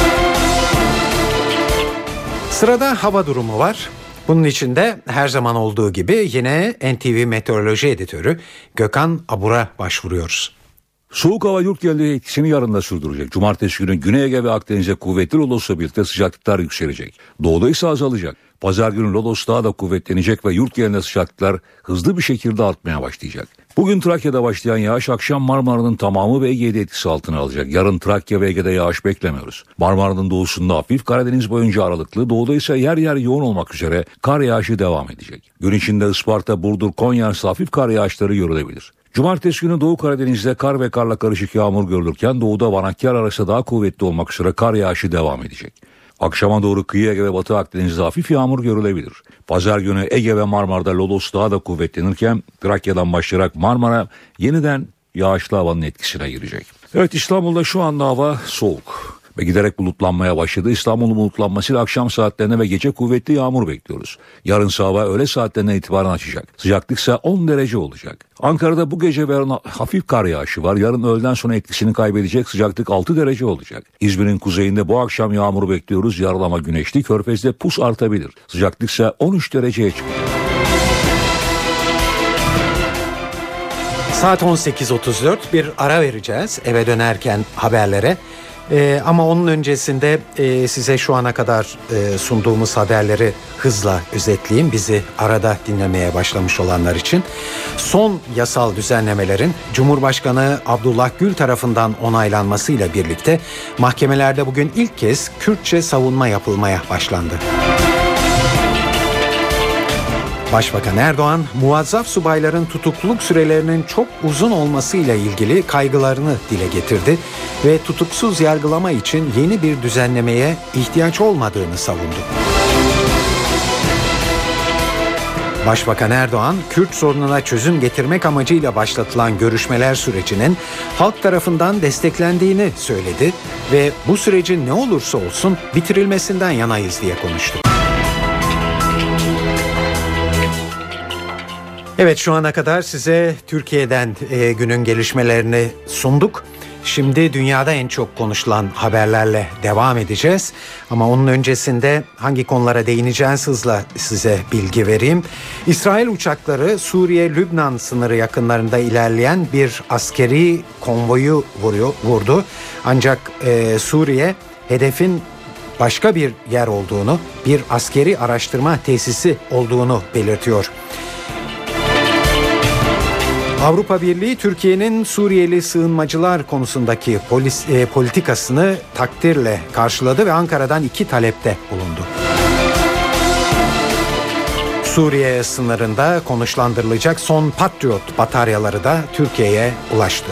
Sırada hava durumu var. Bunun için de her zaman olduğu gibi yine N T V Meteoroloji Editörü Gökhan Abur'a başvuruyoruz. Soğuk hava yurt genelinde etkisini yarın da sürdürecek. Cumartesi günü Güney Ege ve Akdeniz'e kuvvetli olursa birlikte sıcaklıklar yükselecek. Doğuda ise azalacak. Pazar günü lodos daha da kuvvetlenecek ve yurt genelinde sıcaklıklar hızlı bir şekilde artmaya başlayacak. Bugün Trakya'da başlayan yağış akşam Marmara'nın tamamı ve Ege'de etkisi altına alacak. Yarın Trakya ve Ege'de yağış beklemiyoruz. Marmara'nın doğusunda hafif, Karadeniz boyunca aralıklı, doğuda ise yer yer yoğun olmak üzere kar yağışı devam edecek. Gün içinde Isparta, Burdur, Konya arası hafif kar yağışları görülebilir. Cumartesi günü Doğu Karadeniz'de kar ve karla karışık yağmur görülürken doğuda Van Hakkari arası daha kuvvetli olmak üzere kar yağışı devam edecek. Akşama doğru kıyı Ege ve Batı Akdeniz'de hafif yağmur görülebilir. Pazar günü Ege ve Marmara'da lodos daha da kuvvetlenirken Trakya'dan başlayarak Marmara yeniden yağışlı havanın etkisine girecek. Evet, İstanbul'da şu anda hava soğuk ve giderek bulutlanmaya başladı. İstanbul'un bulutlanmasıyla akşam saatlerine ve gece kuvvetli yağmur bekliyoruz. Yarın sabah öğle saatlerine itibaren açacak. Sıcaklık ise on derece olacak. Ankara'da bu gece ve yarın hafif kar yağışı var. Yarın öğleden sonra etkisini kaybedecek, sıcaklık altı derece olacak. İzmir'in kuzeyinde bu akşam yağmur bekliyoruz. Yarın ama güneşli, Körfez'de pus artabilir. Sıcaklık ise on üç dereceye çıkıyor. Saat on sekiz otuz dört, bir ara vereceğiz eve dönerken haberlere. Ee, ama onun öncesinde e, size şu ana kadar e, sunduğumuz haberleri hızla özetleyeyim. Bizi arada dinlemeye başlamış olanlar için. Son yasal düzenlemelerin Cumhurbaşkanı Abdullah Gül tarafından onaylanmasıyla birlikte mahkemelerde bugün ilk kez Kürtçe savunma yapılmaya başlandı. Başbakan Erdoğan, muvazzaf subayların tutukluluk sürelerinin çok uzun olmasıyla ilgili kaygılarını dile getirdi ve tutuksuz yargılama için yeni bir düzenlemeye ihtiyaç olmadığını savundu. Başbakan Erdoğan, Kürt sorununa çözüm getirmek amacıyla başlatılan görüşmeler sürecinin halk tarafından desteklendiğini söyledi ve bu sürecin ne olursa olsun bitirilmesinden yanayız diye konuştu. Evet, şu ana kadar size Türkiye'den e, günün gelişmelerini sunduk. Şimdi dünyada en çok konuşulan haberlerle devam edeceğiz. Ama onun öncesinde hangi konulara değineceğiz hızla size bilgi vereyim. İsrail uçakları Suriye-Lübnan sınırı yakınlarında ilerleyen bir askeri konvoyu vuruyor, vurdu. Ancak e, Suriye hedefin başka bir yer olduğunu, bir askeri araştırma tesisi olduğunu belirtiyor. Avrupa Birliği Türkiye'nin Suriyeli sığınmacılar konusundaki polis, e, politikasını takdirle karşıladı ve Ankara'dan iki talepte bulundu. Suriye sınırında konuşlandırılacak son Patriot bataryaları da Türkiye'ye ulaştı.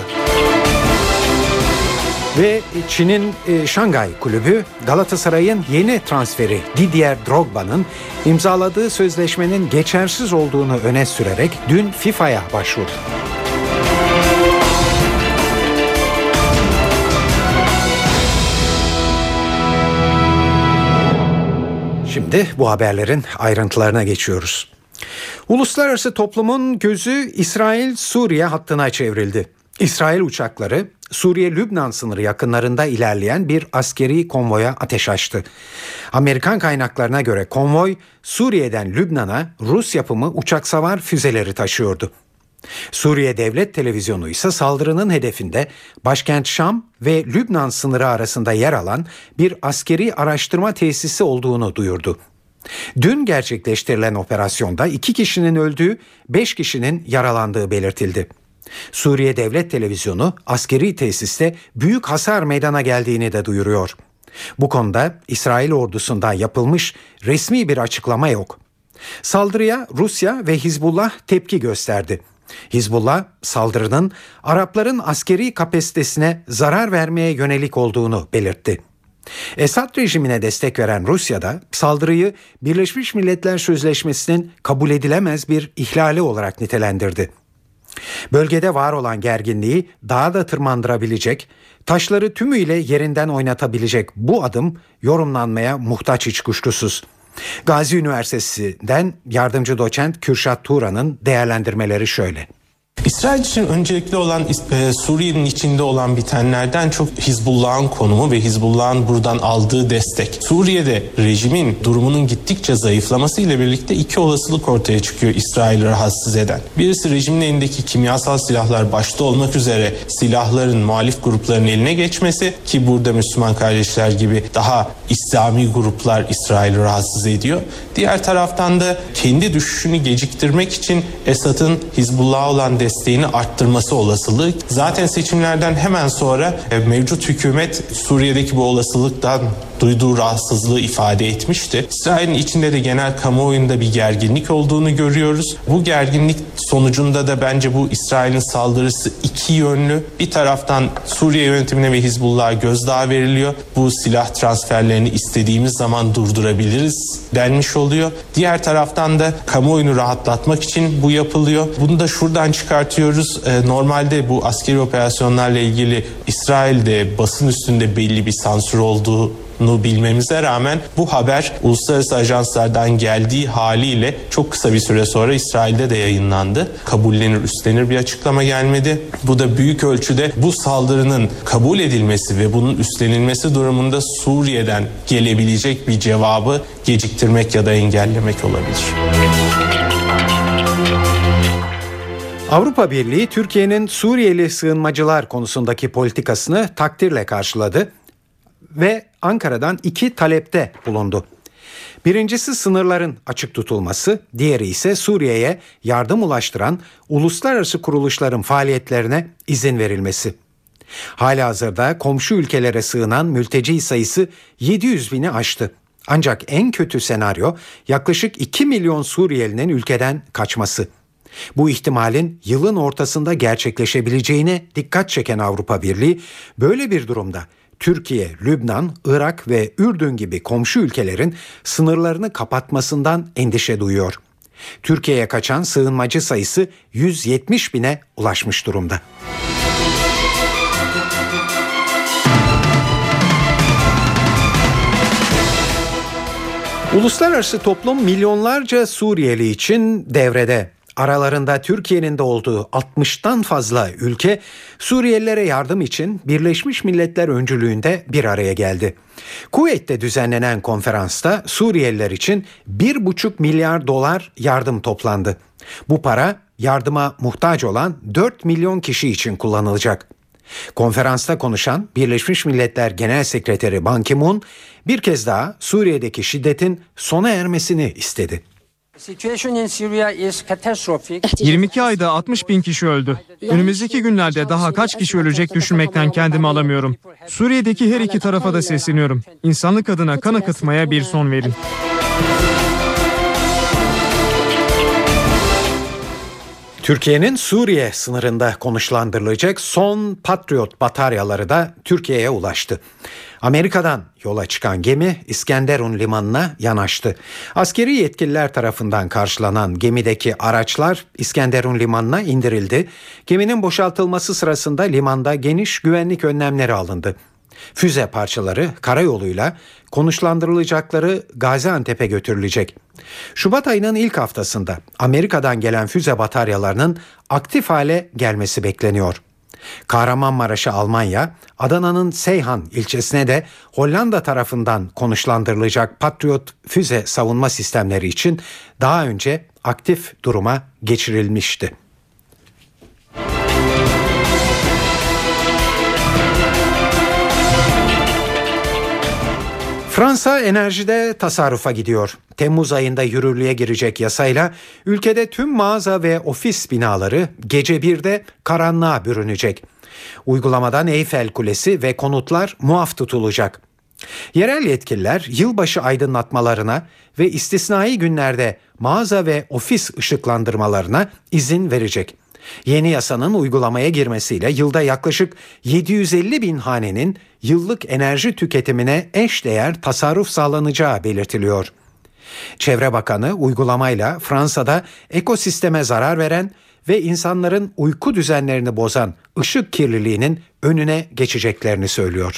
Ve Çin'in e, Şangay Kulübü Galatasaray'ın yeni transferi Didier Drogba'nın imzaladığı sözleşmenin geçersiz olduğunu öne sürerek dün FIFA'ya başvurdu. Şimdi bu haberlerin ayrıntılarına geçiyoruz. Uluslararası toplumun gözü İsrail-Suriye hattına çevrildi. İsrail uçakları Suriye-Lübnan sınırı yakınlarında ilerleyen bir askeri konvoya ateş açtı. Amerikan kaynaklarına göre konvoy Suriye'den Lübnan'a Rus yapımı uçak savar füzeleri taşıyordu. Suriye Devlet Televizyonu ise saldırının hedefinde başkent Şam ve Lübnan sınırı arasında yer alan bir askeri araştırma tesisi olduğunu duyurdu. Dün gerçekleştirilen operasyonda iki kişinin öldüğü, beş kişinin yaralandığı belirtildi. Suriye Devlet Televizyonu askeri tesiste büyük hasar meydana geldiğini de duyuruyor. Bu konuda İsrail ordusundan yapılmış resmi bir açıklama yok. Saldırıya Rusya ve Hizbullah tepki gösterdi. Hizbullah saldırının Arapların askeri kapasitesine zarar vermeye yönelik olduğunu belirtti. Esad rejimine destek veren Rusya da saldırıyı Birleşmiş Milletler Sözleşmesi'nin kabul edilemez bir ihlali olarak nitelendirdi. Bölgede var olan gerginliği daha da tırmandırabilecek, taşları tümüyle yerinden oynatabilecek bu adım yorumlanmaya muhtaç hiç kuşkusuz. Gazi Üniversitesi'nden yardımcı doçent Kürşat Turan'ın değerlendirmeleri şöyle. İsrail için öncelikli olan e, Suriye'nin içinde olan bitenlerden çok Hizbullah'ın konumu ve Hizbullah'ın buradan aldığı destek. Suriye'de rejimin durumunun gittikçe zayıflaması ile birlikte iki olasılık ortaya çıkıyor İsrail'i rahatsız eden. Birisi rejimin elindeki kimyasal silahlar başta olmak üzere silahların muhalif grupların eline geçmesi, ki burada Müslüman kardeşler gibi daha İslami gruplar İsrail'i rahatsız ediyor. Diğer taraftan da kendi düşüşünü geciktirmek için Esad'ın Hizbullah'a olan desteğini arttırması olasılığı. Zaten seçimlerden hemen sonra mevcut hükümet Suriye'deki bu olasılıktan duyduğu rahatsızlığı ifade etmişti. İsrail'in içinde de genel kamuoyunda bir gerginlik olduğunu görüyoruz. Bu gerginlik sonucunda da bence bu İsrail'in saldırısı iki yönlü. Bir taraftan Suriye yönetimine ve Hizbullah'a gözdağı veriliyor. Bu silah transferlerini istediğimiz zaman durdurabiliriz denmiş oluyor. Diğer taraftan da kamuoyunu rahatlatmak için bu yapılıyor. Bunu da şuradan çıkartıyoruz. Ee, normalde bu askeri operasyonlarla ilgili İsrail'de basın üstünde belli bir sansür olduğu bilmemize rağmen bu haber uluslararası ajanslardan geldiği haliyle çok kısa bir süre sonra İsrail'de de yayınlandı. Kabullenir üstlenir bir açıklama gelmedi. Bu da büyük ölçüde bu saldırının kabul edilmesi ve bunun üstlenilmesi durumunda Suriye'den gelebilecek bir cevabı geciktirmek ya da engellemek olabilir. Avrupa Birliği Türkiye'nin Suriyeli sığınmacılar konusundaki politikasını takdirle karşıladı ve Ankara'dan iki talepte bulundu. Birincisi sınırların açık tutulması, diğeri ise Suriye'ye yardım ulaştıran uluslararası kuruluşların faaliyetlerine izin verilmesi. Halihazırda komşu ülkelere sığınan mülteci sayısı yedi yüz bini aştı. Ancak en kötü senaryo yaklaşık iki milyon Suriyelinin ülkeden kaçması. Bu ihtimalin yılın ortasında gerçekleşebileceğine dikkat çeken Avrupa Birliği, böyle bir durumda Türkiye, Lübnan, Irak ve Ürdün gibi komşu ülkelerin sınırlarını kapatmasından endişe duyuyor. Türkiye'ye kaçan sığınmacı sayısı yüz yetmiş bine ulaşmış durumda. Uluslararası toplum milyonlarca Suriyeli için devrede. Aralarında Türkiye'nin de olduğu altmıştan fazla ülke Suriyelilere yardım için Birleşmiş Milletler öncülüğünde bir araya geldi. Kuveyt'te düzenlenen konferansta Suriyeliler için bir buçuk milyar dolar yardım toplandı. Bu para yardıma muhtaç olan dört milyon kişi için kullanılacak. Konferansta konuşan Birleşmiş Milletler Genel Sekreteri Ban Ki-moon bir kez daha Suriye'deki şiddetin sona ermesini istedi. yirmi iki ayda altmış bin kişi öldü. Önümüzdeki günlerde daha kaç kişi ölecek düşünmekten kendimi alamıyorum. Suriye'deki her iki tarafa da sesleniyorum. İnsanlık adına kan akıtmaya bir son verin. Türkiye'nin Suriye sınırında konuşlandırılacak son Patriot bataryaları da Türkiye'ye ulaştı. Amerika'dan yola çıkan gemi İskenderun limanına yanaştı. Askeri yetkililer tarafından karşılanan gemideki araçlar İskenderun limanına indirildi. Geminin boşaltılması sırasında limanda geniş güvenlik önlemleri alındı. Füze parçaları karayoluyla konuşlandırılacakları Gaziantep'e götürülecek. Şubat ayının ilk haftasında Amerika'dan gelen füze bataryalarının aktif hale gelmesi bekleniyor. Kahramanmaraş'a Almanya, Adana'nın Seyhan ilçesine de Hollanda tarafından konuşlandırılacak Patriot füze savunma sistemleri için daha önce aktif duruma geçirilmişti. Fransa enerjide tasarrufa gidiyor. Temmuz ayında yürürlüğe girecek yasayla ülkede tüm mağaza ve ofis binaları gece birde karanlığa bürünecek. Uygulamadan Eyfel Kulesi ve konutlar muaf tutulacak. Yerel yetkililer yılbaşı aydınlatmalarına ve istisnai günlerde mağaza ve ofis ışıklandırmalarına izin verecek. Yeni yasanın uygulamaya girmesiyle yılda yaklaşık yedi yüz elli bin hanenin yıllık enerji tüketimine eşdeğer tasarruf sağlanacağı belirtiliyor. Çevre Bakanı uygulamayla Fransa'da ekosisteme zarar veren ve insanların uyku düzenlerini bozan ışık kirliliğinin önüne geçeceklerini söylüyor.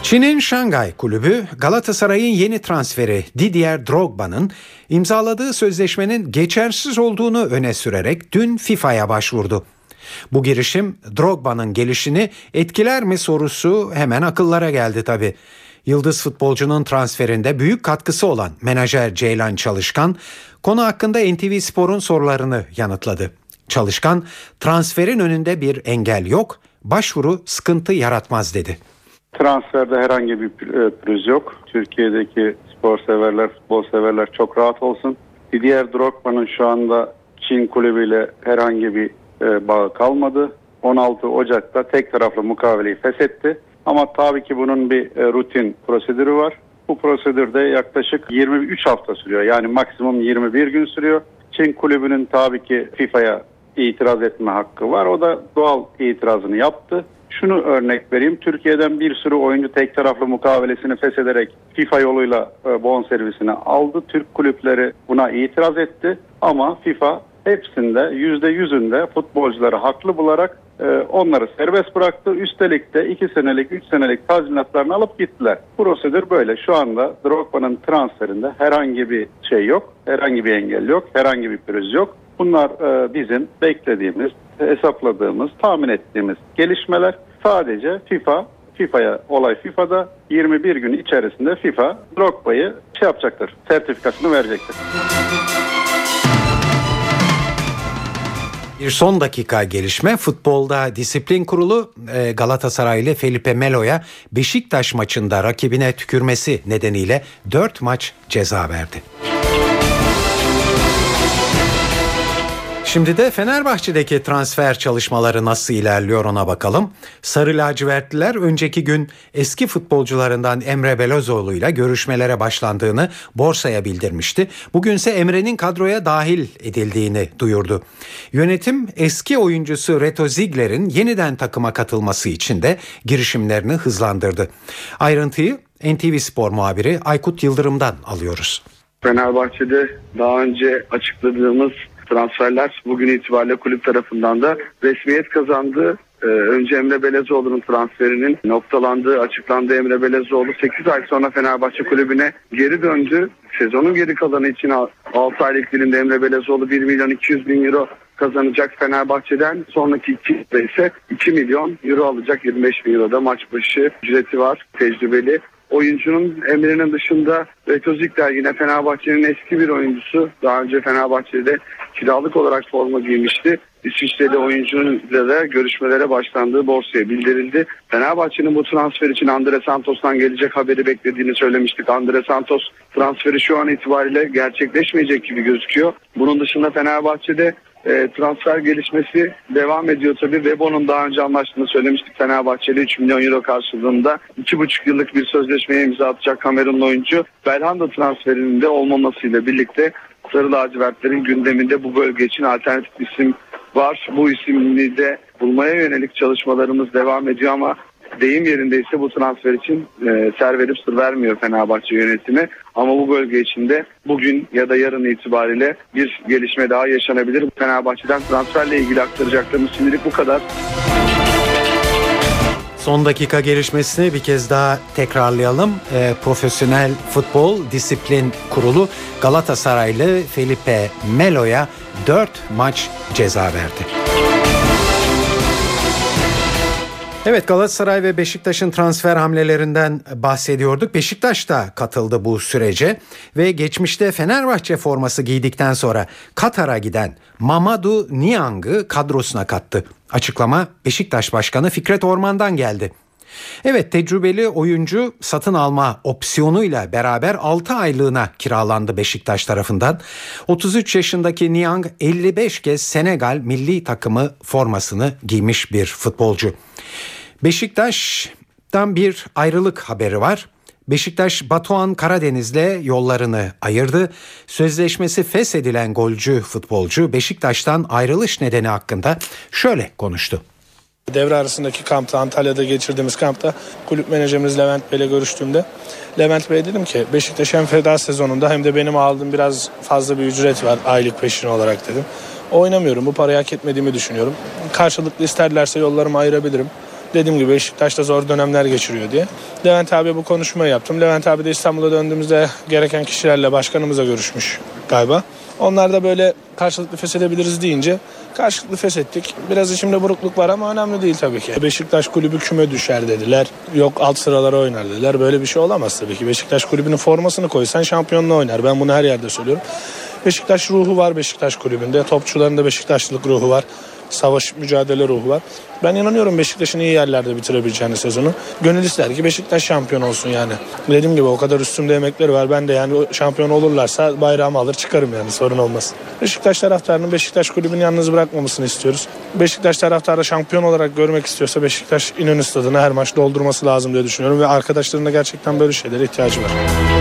Çin'in Şangay Kulübü Galatasaray'ın yeni transferi Didier Drogba'nın imzaladığı sözleşmenin geçersiz olduğunu öne sürerek dün FIFA'ya başvurdu. Bu girişim Drogba'nın gelişini etkiler mi sorusu hemen akıllara geldi tabii. Yıldız futbolcunun transferinde büyük katkısı olan menajer Ceylan Çalışkan konu hakkında N T V Spor'un sorularını yanıtladı. Çalışkan, transferin önünde bir engel yok, başvuru sıkıntı yaratmaz dedi. Transferde herhangi bir pürüz yok. Türkiye'deki spor severler, futbol severler çok rahat olsun. Didier Drogba'nın şu anda Çin kulübüyle herhangi bir e, bağı kalmadı. on altı Ocak'ta tek taraflı mukaveleyi feshetti. Ama tabii ki bunun bir e, rutin prosedürü var. Bu prosedürde yaklaşık yirmi üç hafta sürüyor. Yani maksimum yirmi bir gün sürüyor. Çin kulübünün tabii ki FIFA'ya itiraz etme hakkı var. O da doğal itirazını yaptı. Şunu örnek vereyim. Türkiye'den bir sürü oyuncu tek taraflı mukavelesini feshederek FIFA yoluyla e, bonservisini aldı. Türk kulüpleri buna itiraz etti. Ama FIFA hepsinde yüzde yüzünde futbolcuları haklı bularak e, onları serbest bıraktı. Üstelik de iki senelik, üç senelik tazminatlarını alıp gittiler. Prosedür böyle. Şu anda Drogba'nın transferinde herhangi bir şey yok. Herhangi bir engel yok. Herhangi bir pürüz yok. Bunlar e, bizim beklediğimiz, hesapladığımız, tahmin ettiğimiz gelişmeler. Sadece FIFA, FIFA'ya olay FIFA'da yirmi bir gün içerisinde FIFA Drogba'yı şey yapacaktır, sertifikasını verecektir. Bir son dakika gelişme, futbolda disiplin kurulu Galatasaraylı Felipe Melo'ya Beşiktaş maçında rakibine tükürmesi nedeniyle dört maç ceza verdi. Şimdi de Fenerbahçe'deki transfer çalışmaları nasıl ilerliyor ona bakalım. Sarı lacivertliler önceki gün eski futbolcularından Emre Belözoğlu ile görüşmelere başlandığını borsaya bildirmişti. Bugünse Emre'nin kadroya dahil edildiğini duyurdu. Yönetim eski oyuncusu Reto Ziegler'in yeniden takıma katılması için de girişimlerini hızlandırdı. Ayrıntıyı N T V Spor muhabiri Aykut Yıldırım'dan alıyoruz. Fenerbahçe'de daha önce açıkladığımız transferler bugün itibariyle kulüp tarafından da resmiyet kazandı. Ee, önce Emre Belözoğlu'nun transferinin noktalandığı açıklandı. Emre Belözoğlu sekiz ay sonra Fenerbahçe kulübüne geri döndü. Sezonun geri kalanı için altı aylık dilimde Emre Belözoğlu bir milyon iki yüz bin euro kazanacak Fenerbahçe'den. Sonraki iki yılda ise iki milyon euro alacak. yirmi beş bin euro da maç başı ücreti var. Tecrübeli. Oyuncunun Emre'nin dışında Reto Ziegler yine Fenerbahçe'nin eski bir oyuncusu. Daha önce Fenerbahçe'de kiralık olarak forma giymişti. İsviçreli oyuncunun da görüşmelere başlandığı borsaya bildirildi. Fenerbahçe'nin bu transfer için Andre Santos'tan gelecek haberi beklediğini söylemiştik. Andre Santos transferi şu an itibariyle gerçekleşmeyecek gibi gözüküyor. Bunun dışında Fenerbahçe'de E, transfer gelişmesi devam ediyor tabii. Vebo'nun daha önce anlaştığını söylemiştik. Fenerbahçe'de üç milyon euro karşılığında iki buçuk yıllık bir sözleşmeye imza atacak Kamerunlu oyuncu. Belhanda transferinin de olmamasıyla birlikte Sarı lacivertlerin gündeminde bu bölge için alternatif isim var. Bu isimli de bulmaya yönelik çalışmalarımız devam ediyor ama deyim yerindeyse bu transfer için e, ser verip sır vermiyor Fenerbahçe yönetimi. Ama bu bölge içinde bugün ya da yarın itibariyle bir gelişme daha yaşanabilir. Fenerbahçe'den transferle ilgili aktaracaklarımız şimdilik bu kadar. Son dakika gelişmesini bir kez daha tekrarlayalım. E, Profesyonel Futbol Disiplin Kurulu Galatasaraylı Felipe Melo'ya dört maç ceza verdi. Evet, Galatasaray ve Beşiktaş'ın transfer hamlelerinden bahsediyorduk. Beşiktaş da katıldı bu sürece ve geçmişte Fenerbahçe forması giydikten sonra Katar'a giden Mamadou Niang'ı kadrosuna kattı. Açıklama Beşiktaş Başkanı Fikret Orman'dan geldi. Evet, tecrübeli oyuncu satın alma opsiyonuyla beraber altı aylığına kiralandı Beşiktaş tarafından. otuz üç yaşındaki Niang elli beş kez Senegal milli takımı formasını giymiş bir futbolcu. Beşiktaş'tan bir ayrılık haberi var. Beşiktaş Batuhan Karadeniz'le yollarını ayırdı. Sözleşmesi feshedilen golcü futbolcu Beşiktaş'tan ayrılış nedeni hakkında şöyle konuştu. Devre arasındaki kampta, Antalya'da geçirdiğimiz kampta kulüp menajerimiz Levent Bey'le görüştüğümde Levent Bey dedim ki Beşiktaş hem feda sezonunda hem de benim aldığım biraz fazla bir ücret var aylık peşin olarak dedim. Oynamıyorum, bu parayı hak etmediğimi düşünüyorum. Karşılıklı isterlerse yollarımı ayırabilirim. Dediğim gibi Beşiktaş'ta zor dönemler geçiriyor diye. Levent abi bu konuşmayı yaptım. Levent abi de İstanbul'a döndüğümüzde gereken kişilerle başkanımıza görüşmüş galiba. Onlar da böyle karşılıklı feshedebiliriz deyince karşılıklı feshettik. Biraz içimde burukluk var ama önemli değil tabii ki. Beşiktaş kulübü küme düşer dediler. Yok alt sıralara oynar dediler. Böyle bir şey olamaz tabii ki. Beşiktaş kulübünün formasını koysan şampiyonluğu oynar. Ben bunu her yerde söylüyorum. Beşiktaş ruhu var Beşiktaş kulübünde. Topçuların da Beşiktaşlılık ruhu var. Savaş, mücadele ruhu var. Ben inanıyorum Beşiktaş'ın iyi yerlerde bitirebileceğini sezonu. Gönül ister ki Beşiktaş şampiyon olsun yani. Dediğim gibi o kadar üstümde emekleri var. Ben de yani şampiyon olurlarsa bayrağımı alır çıkarım yani, sorun olmaz. Beşiktaş taraftarının Beşiktaş kulübünü yalnız bırakmamasını istiyoruz. Beşiktaş taraftarı şampiyon olarak görmek istiyorsa Beşiktaş İnönü Stadı'nı her maç doldurması lazım diye düşünüyorum. Ve arkadaşlarının da gerçekten böyle şeylere ihtiyacı var.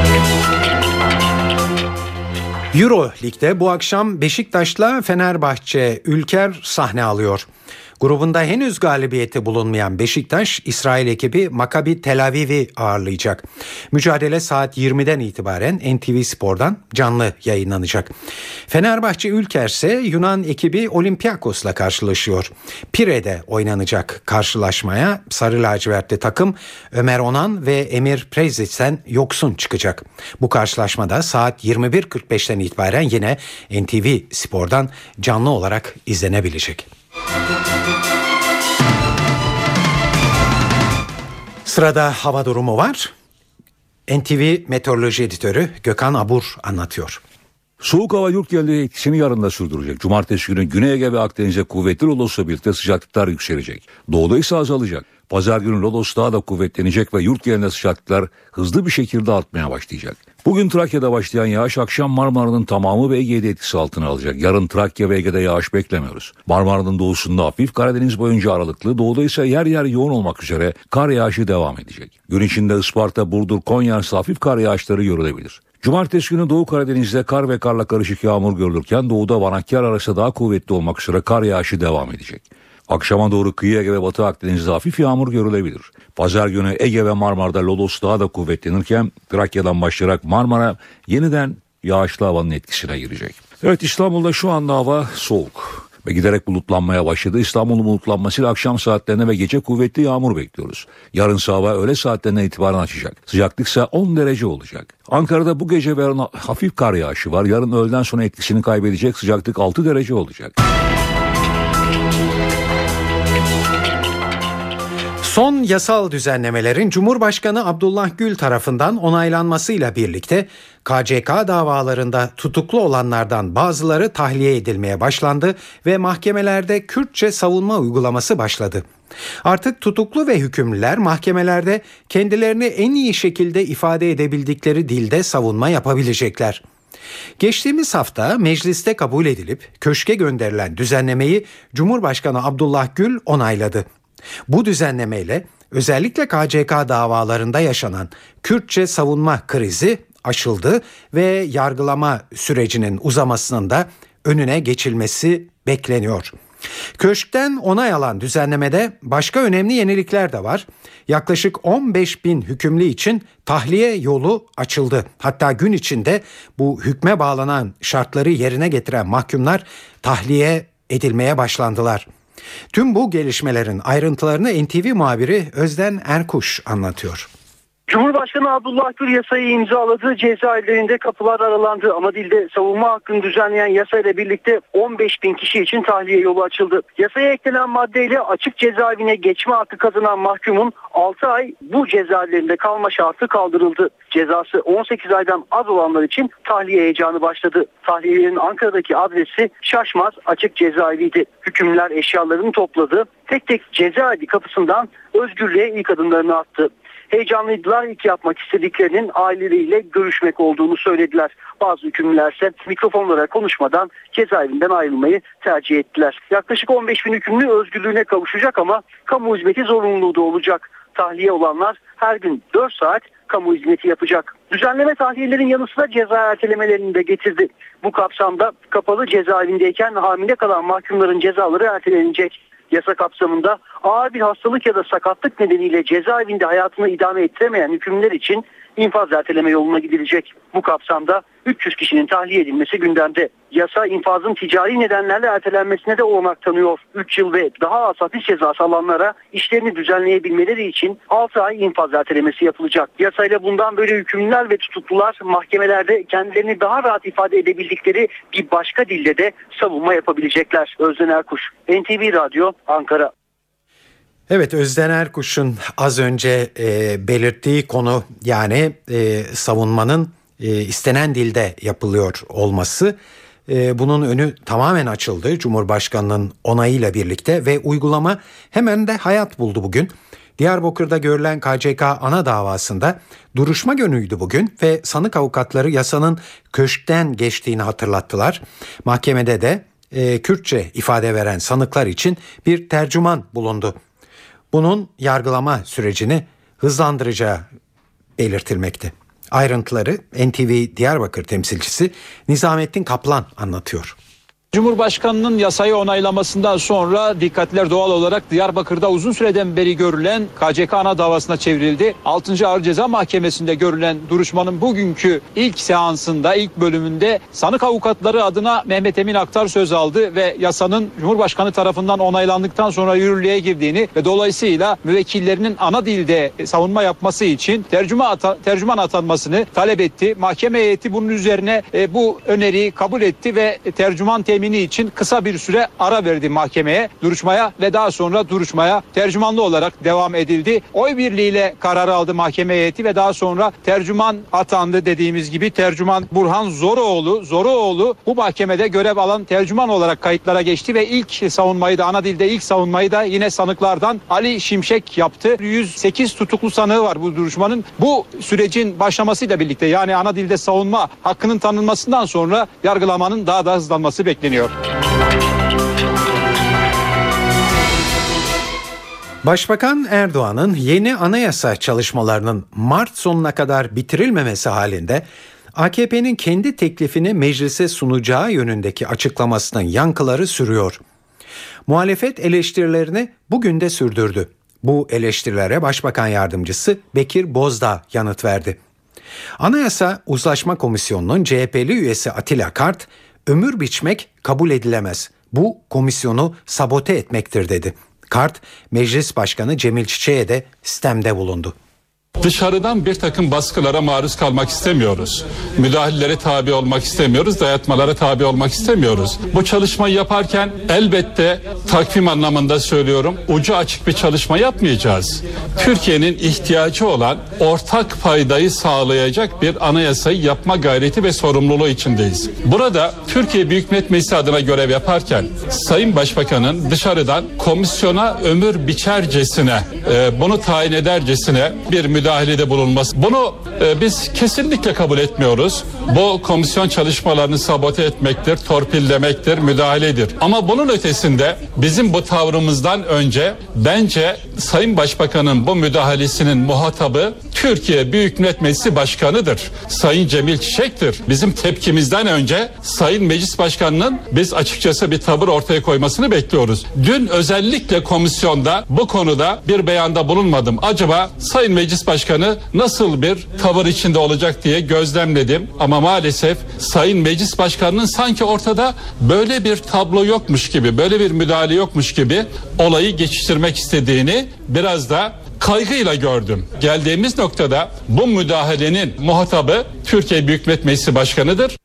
Euro Lig'de bu akşam Beşiktaş'la Fenerbahçe Ülker sahne alıyor. Grubunda henüz galibiyeti bulunmayan Beşiktaş, İsrail ekibi Maccabi Tel Aviv'i ağırlayacak. Mücadele saat yirmiden itibaren N T V Spor'dan canlı yayınlanacak. Fenerbahçe Ülker ise Yunan ekibi Olympiakos'la karşılaşıyor. Pire'de oynanacak karşılaşmaya sarı lacivertli takım Ömer Onan ve Emir Prezic'ten yoksun çıkacak. Bu karşılaşmada saat yirmi bir kırk beşten itibaren yine N T V Spor'dan canlı olarak izlenebilecek. Sırada hava durumu var. N T V Meteoroloji Editörü Gökhan Abur anlatıyor. Soğuk hava yurt genelinde etkisini yarın da sürdürecek. Cumartesi günü Güney Ege ve Akdeniz'de kuvvetli Lodos'la birlikte sıcaklıklar yükselecek. Doğuda ise azalacak. Pazar günü Lodos daha da kuvvetlenecek ve yurt genelinde sıcaklıklar hızlı bir şekilde artmaya başlayacak. Bugün Trakya'da başlayan yağış akşam Marmara'nın tamamı ve Ege'de etkisi altına alacak. Yarın Trakya ve Ege'de yağış beklemiyoruz. Marmara'nın doğusunda hafif, Karadeniz boyunca aralıklı, doğuda ise yer yer yoğun olmak üzere kar yağışı devam edecek. Gün içinde Isparta, Burdur, Konya arası hafif kar yağışları görülebilir. Cumartesi günü Doğu Karadeniz'de kar ve karla karışık yağmur görülürken doğuda Vanakkar arası daha kuvvetli olmak üzere kar yağışı devam edecek. Akşama doğru kıyı Ege ve Batı Akdeniz'de hafif yağmur görülebilir. Pazar günü Ege ve Marmara'da Lodos daha da kuvvetlenirken Trakya'dan başlayarak Marmara yeniden yağışlı havanın etkisine girecek. Evet, İstanbul'da şu anda hava soğuk ve giderek bulutlanmaya başladı. İstanbul'un bulutlanmasıyla akşam saatlerine ve gece kuvvetli yağmur bekliyoruz. Yarın hava öğle saatlerine itibaren açacak. Sıcaklık ise on derece olacak. Ankara'da bu gece ve yarın hafif kar yağışı var. Yarın öğleden sonra etkisini kaybedecek, sıcaklık altı derece olacak. Son yasal düzenlemelerin Cumhurbaşkanı Abdullah Gül tarafından onaylanmasıyla birlikte K C K davalarında tutuklu olanlardan bazıları tahliye edilmeye başlandı ve mahkemelerde Kürtçe savunma uygulaması başladı. Artık tutuklu ve hükümlüler mahkemelerde kendilerini en iyi şekilde ifade edebildikleri dilde savunma yapabilecekler. Geçtiğimiz hafta mecliste kabul edilip köşke gönderilen düzenlemeyi Cumhurbaşkanı Abdullah Gül onayladı. Bu düzenlemeyle özellikle K C K davalarında yaşanan Kürtçe savunma krizi aşıldı ve yargılama sürecinin uzamasının da önüne geçilmesi bekleniyor. Köşkten onay alan düzenlemede başka önemli yenilikler de var. Yaklaşık on beş bin hükümlü için tahliye yolu açıldı. Hatta gün içinde bu hükme bağlanan şartları yerine getiren mahkumlar tahliye edilmeye başlandılar. Tüm bu gelişmelerin ayrıntılarını N T V muhabiri Özden Erkuş anlatıyor. Cumhurbaşkanı Abdullah Gül yasayı imzaladığı cezaevlerinde kapılar aralandı. Ama dilde savunma hakkını düzenleyen yasayla birlikte on beş bin kişi için tahliye yolu açıldı. Yasaya eklenen maddeyle açık cezaevine geçme hakkı kazanan mahkumun altı ay bu cezaevlerinde kalma şartı kaldırıldı. Cezası on sekiz aydan az olanlar için tahliye heyecanı başladı. Tahliyelerin Ankara'daki adresi Şaşmaz Açık Cezaeviydi. Hükümlüler eşyalarını topladı. Tek tek cezaevi kapısından özgürlüğe ilk adımlarını attı. Heyecanlıydılar, ilk yapmak istediklerinin aileleriyle görüşmek olduğunu söylediler. Bazı hükümlüler ise mikrofonlara konuşmadan cezaevinden ayrılmayı tercih ettiler. Yaklaşık on beş bin hükümlü özgürlüğüne kavuşacak ama kamu hizmeti zorunluluğu da olacak. Tahliye olanlar her gün dört saat kamu hizmeti yapacak. Düzenleme tahliyelerin yanı sıra ceza ertelemelerini de getirdi. Bu kapsamda kapalı cezaevindeyken hamile kalan mahkumların cezaları ertelenecek. Yasa kapsamında ağır bir hastalık ya da sakatlık nedeniyle cezaevinde hayatını idame ettiremeyen hükümlüler için infaz erteleme yoluna gidilecek. Bu kapsamda üç yüz kişinin tahliye edilmesi gündemde. Yasa infazın ticari nedenlerle ertelenmesine de olanak tanıyor. üç yıl ve daha az hapis cezası alanlara işlerini düzenleyebilmeleri için altı ay infaz ertelemesi yapılacak. Yasayla bundan böyle hükümlüler ve tutuklular mahkemelerde kendilerini daha rahat ifade edebildikleri bir başka dilde de savunma yapabilecekler. Özden Erkuş, N T V Radyo, Ankara. Evet, Özden Erkuş'un az önce e, belirttiği konu, yani e, savunmanın e, istenen dilde yapılıyor olması. E, bunun önü tamamen açıldı Cumhurbaşkanı'nın onayıyla birlikte ve uygulama hemen de hayat buldu bugün. Diyarbakır'da görülen K C K ana davasında duruşma günüydü bugün ve sanık avukatları yasanın köşkten geçtiğini hatırlattılar. Mahkemede de e, Kürtçe ifade veren sanıklar için bir tercüman bulundu. Bunun yargılama sürecini hızlandıracağı belirtilmekte. Ayrıntıları N T V Diyarbakır temsilcisi Nizamettin Kaplan anlatıyor. Cumhurbaşkanının yasayı onaylamasından sonra dikkatler doğal olarak Diyarbakır'da uzun süreden beri görülen K C K ana davasına çevrildi. altıncı Ağır Ceza Mahkemesi'nde görülen duruşmanın bugünkü ilk seansında, ilk bölümünde sanık avukatları adına Mehmet Emin Aktar söz aldı ve yasanın Cumhurbaşkanı tarafından onaylandıktan sonra yürürlüğe girdiğini ve dolayısıyla müvekkillerinin ana dilde savunma yapması için tercüman, ata, tercüman atanmasını talep etti. Mahkeme heyeti bunun üzerine e, bu öneriyi kabul etti ve tercüman temin için kısa bir süre ara verdi mahkemeye, duruşmaya ve daha sonra duruşmaya tercümanlı olarak devam edildi. Oy birliğiyle kararı aldı mahkeme heyeti ve daha sonra tercüman atandı. Dediğimiz gibi tercüman Burhan Zoroğlu, Zoroğlu bu mahkemede görev alan tercüman olarak kayıtlara geçti ve ilk savunmayı da, ana dilde ilk savunmayı da yine sanıklardan Ali Şimşek yaptı. yüz sekiz tutuklu sanığı var bu duruşmanın. Bu sürecin başlamasıyla birlikte, yani ana dilde savunma hakkının tanınmasından sonra yargılamanın daha da hızlanması bekleniyor. Başbakan Erdoğan'ın yeni anayasa çalışmalarının Mart sonuna kadar bitirilmemesi halinde A K P'nin kendi teklifini meclise sunacağı yönündeki açıklamasının yankıları sürüyor. Muhalefet eleştirilerini bugün de sürdürdü. Bu eleştirilere Başbakan Yardımcısı Bekir Bozdağ yanıt verdi. Anayasa Uzlaşma Komisyonu'nun C H P'li üyesi Atilla Kart, ömür biçmek kabul edilemez. Bu komisyonu sabote etmektir dedi. Kart, Meclis Başkanı Cemil Çiçek'e de sistemde bulundu. Dışarıdan bir takım baskılara maruz kalmak istemiyoruz. Müdahalelere tabi olmak istemiyoruz, dayatmalara tabi olmak istemiyoruz. Bu çalışmayı yaparken elbette takvim anlamında söylüyorum, ucu açık bir çalışma yapmayacağız. Türkiye'nin ihtiyacı olan ortak paydayı sağlayacak bir anayasayı yapma gayreti ve sorumluluğu içindeyiz. Burada Türkiye Büyük Millet Meclisi adına görev yaparken Sayın Başbakan'ın dışarıdan komisyona ömür biçercesine, e, bunu tayin edercesine bir müdahale müdahalede bulunması. Bunu e, biz kesinlikle kabul etmiyoruz. Bu komisyon çalışmalarını sabote etmektir, torpillemektir, müdahaledir. Ama bunun ötesinde bizim bu tavrımızdan önce bence Sayın Başbakan'ın bu müdahalesinin muhatabı Türkiye Büyük Millet Meclisi Başkanı'dır. Sayın Cemil Çiçek'tir. Bizim tepkimizden önce Sayın Meclis Başkanı'nın biz açıkçası bir tavır ortaya koymasını bekliyoruz. Dün özellikle komisyonda bu konuda bir beyanda bulunmadım. Acaba Sayın Meclis Başkanı nasıl bir tavır içinde olacak diye gözlemledim. Ama maalesef Sayın Meclis Başkanı'nın sanki ortada böyle bir tablo yokmuş gibi, böyle bir müdahale yokmuş gibi olayı geçiştirmek istediğini biraz da kaygıyla gördüm. Geldiğimiz noktada bu müdahalenin muhatabı Türkiye Büyük Millet Meclisi Başkanı'dır.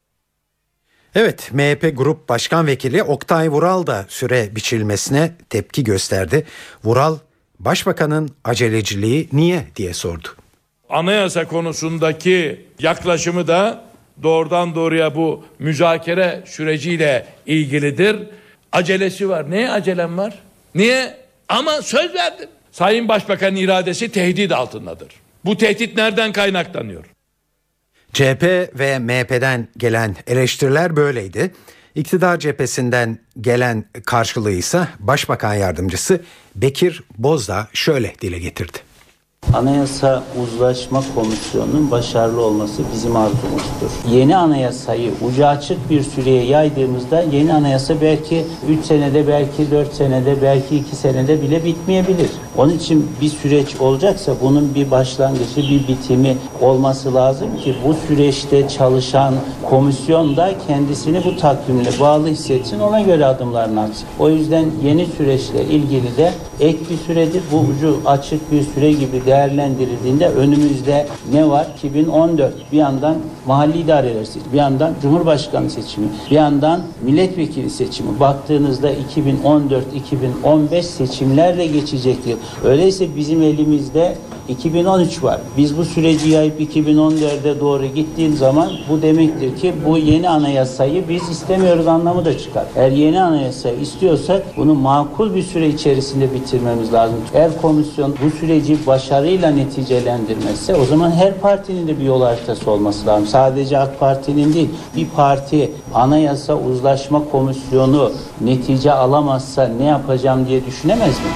Evet, M H P Grup Başkan Vekili Oktay Vural da süre biçilmesine tepki gösterdi. Vural, Başbakanın aceleciliği niye diye sordu. Anayasa konusundaki yaklaşımı da doğrudan doğruya bu müzakere süreciyle ilgilidir. Acelesi var. Neye acelem var? Niye? Ama söz verdim. Sayın Başbakan'ın iradesi tehdit altındadır. Bu tehdit nereden kaynaklanıyor? C H P ve M H P'den gelen eleştiriler böyleydi. İktidar cephesinden gelen karşılığı ise Başbakan Yardımcısı Bekir Bozdağ şöyle dile getirdi. Anayasa Uzlaşma Komisyonu'nun başarılı olması bizim arzumuzdur. Yeni anayasayı ucu açık bir süreye yaydığımızda yeni anayasa belki üç senede, belki dört senede, belki iki senede bile bitmeyebilir. Onun için bir süreç olacaksa bunun bir başlangıcı, bir bitimi olması lazım ki bu süreçte çalışan komisyon da kendisini bu takvimle bağlı hissetsin, ona göre adımlarını atsın. O yüzden yeni süreçle ilgili de ek bir süredir. Bu ucu açık bir süre gibi değerlendirildiğinde önümüzde ne var? iki bin on dört. Bir yandan mahalli idareler seçimi, bir yandan Cumhurbaşkanı seçimi, bir yandan milletvekili seçimi. Baktığınızda iki bin on dört iki bin on beş seçimlerle geçecek yıl. Öyleyse bizim elimizde iki bin on üç var. Biz bu süreci yayıp iki bin on dörde doğru gittiğim zaman bu demektir ki bu yeni anayasayı biz istemiyoruz anlamı da çıkar. Eğer yeni anayasayı istiyorsak bunu makul bir süre içerisinde bitirmemiz lazım. Eğer komisyon bu süreci başarıyla neticelendirmezse o zaman her partinin de bir yol haritası olması lazım. Sadece AK Parti'nin değil, bir parti Anayasa Uzlaşma Komisyonu netice alamazsa ne yapacağım diye düşünemez mi?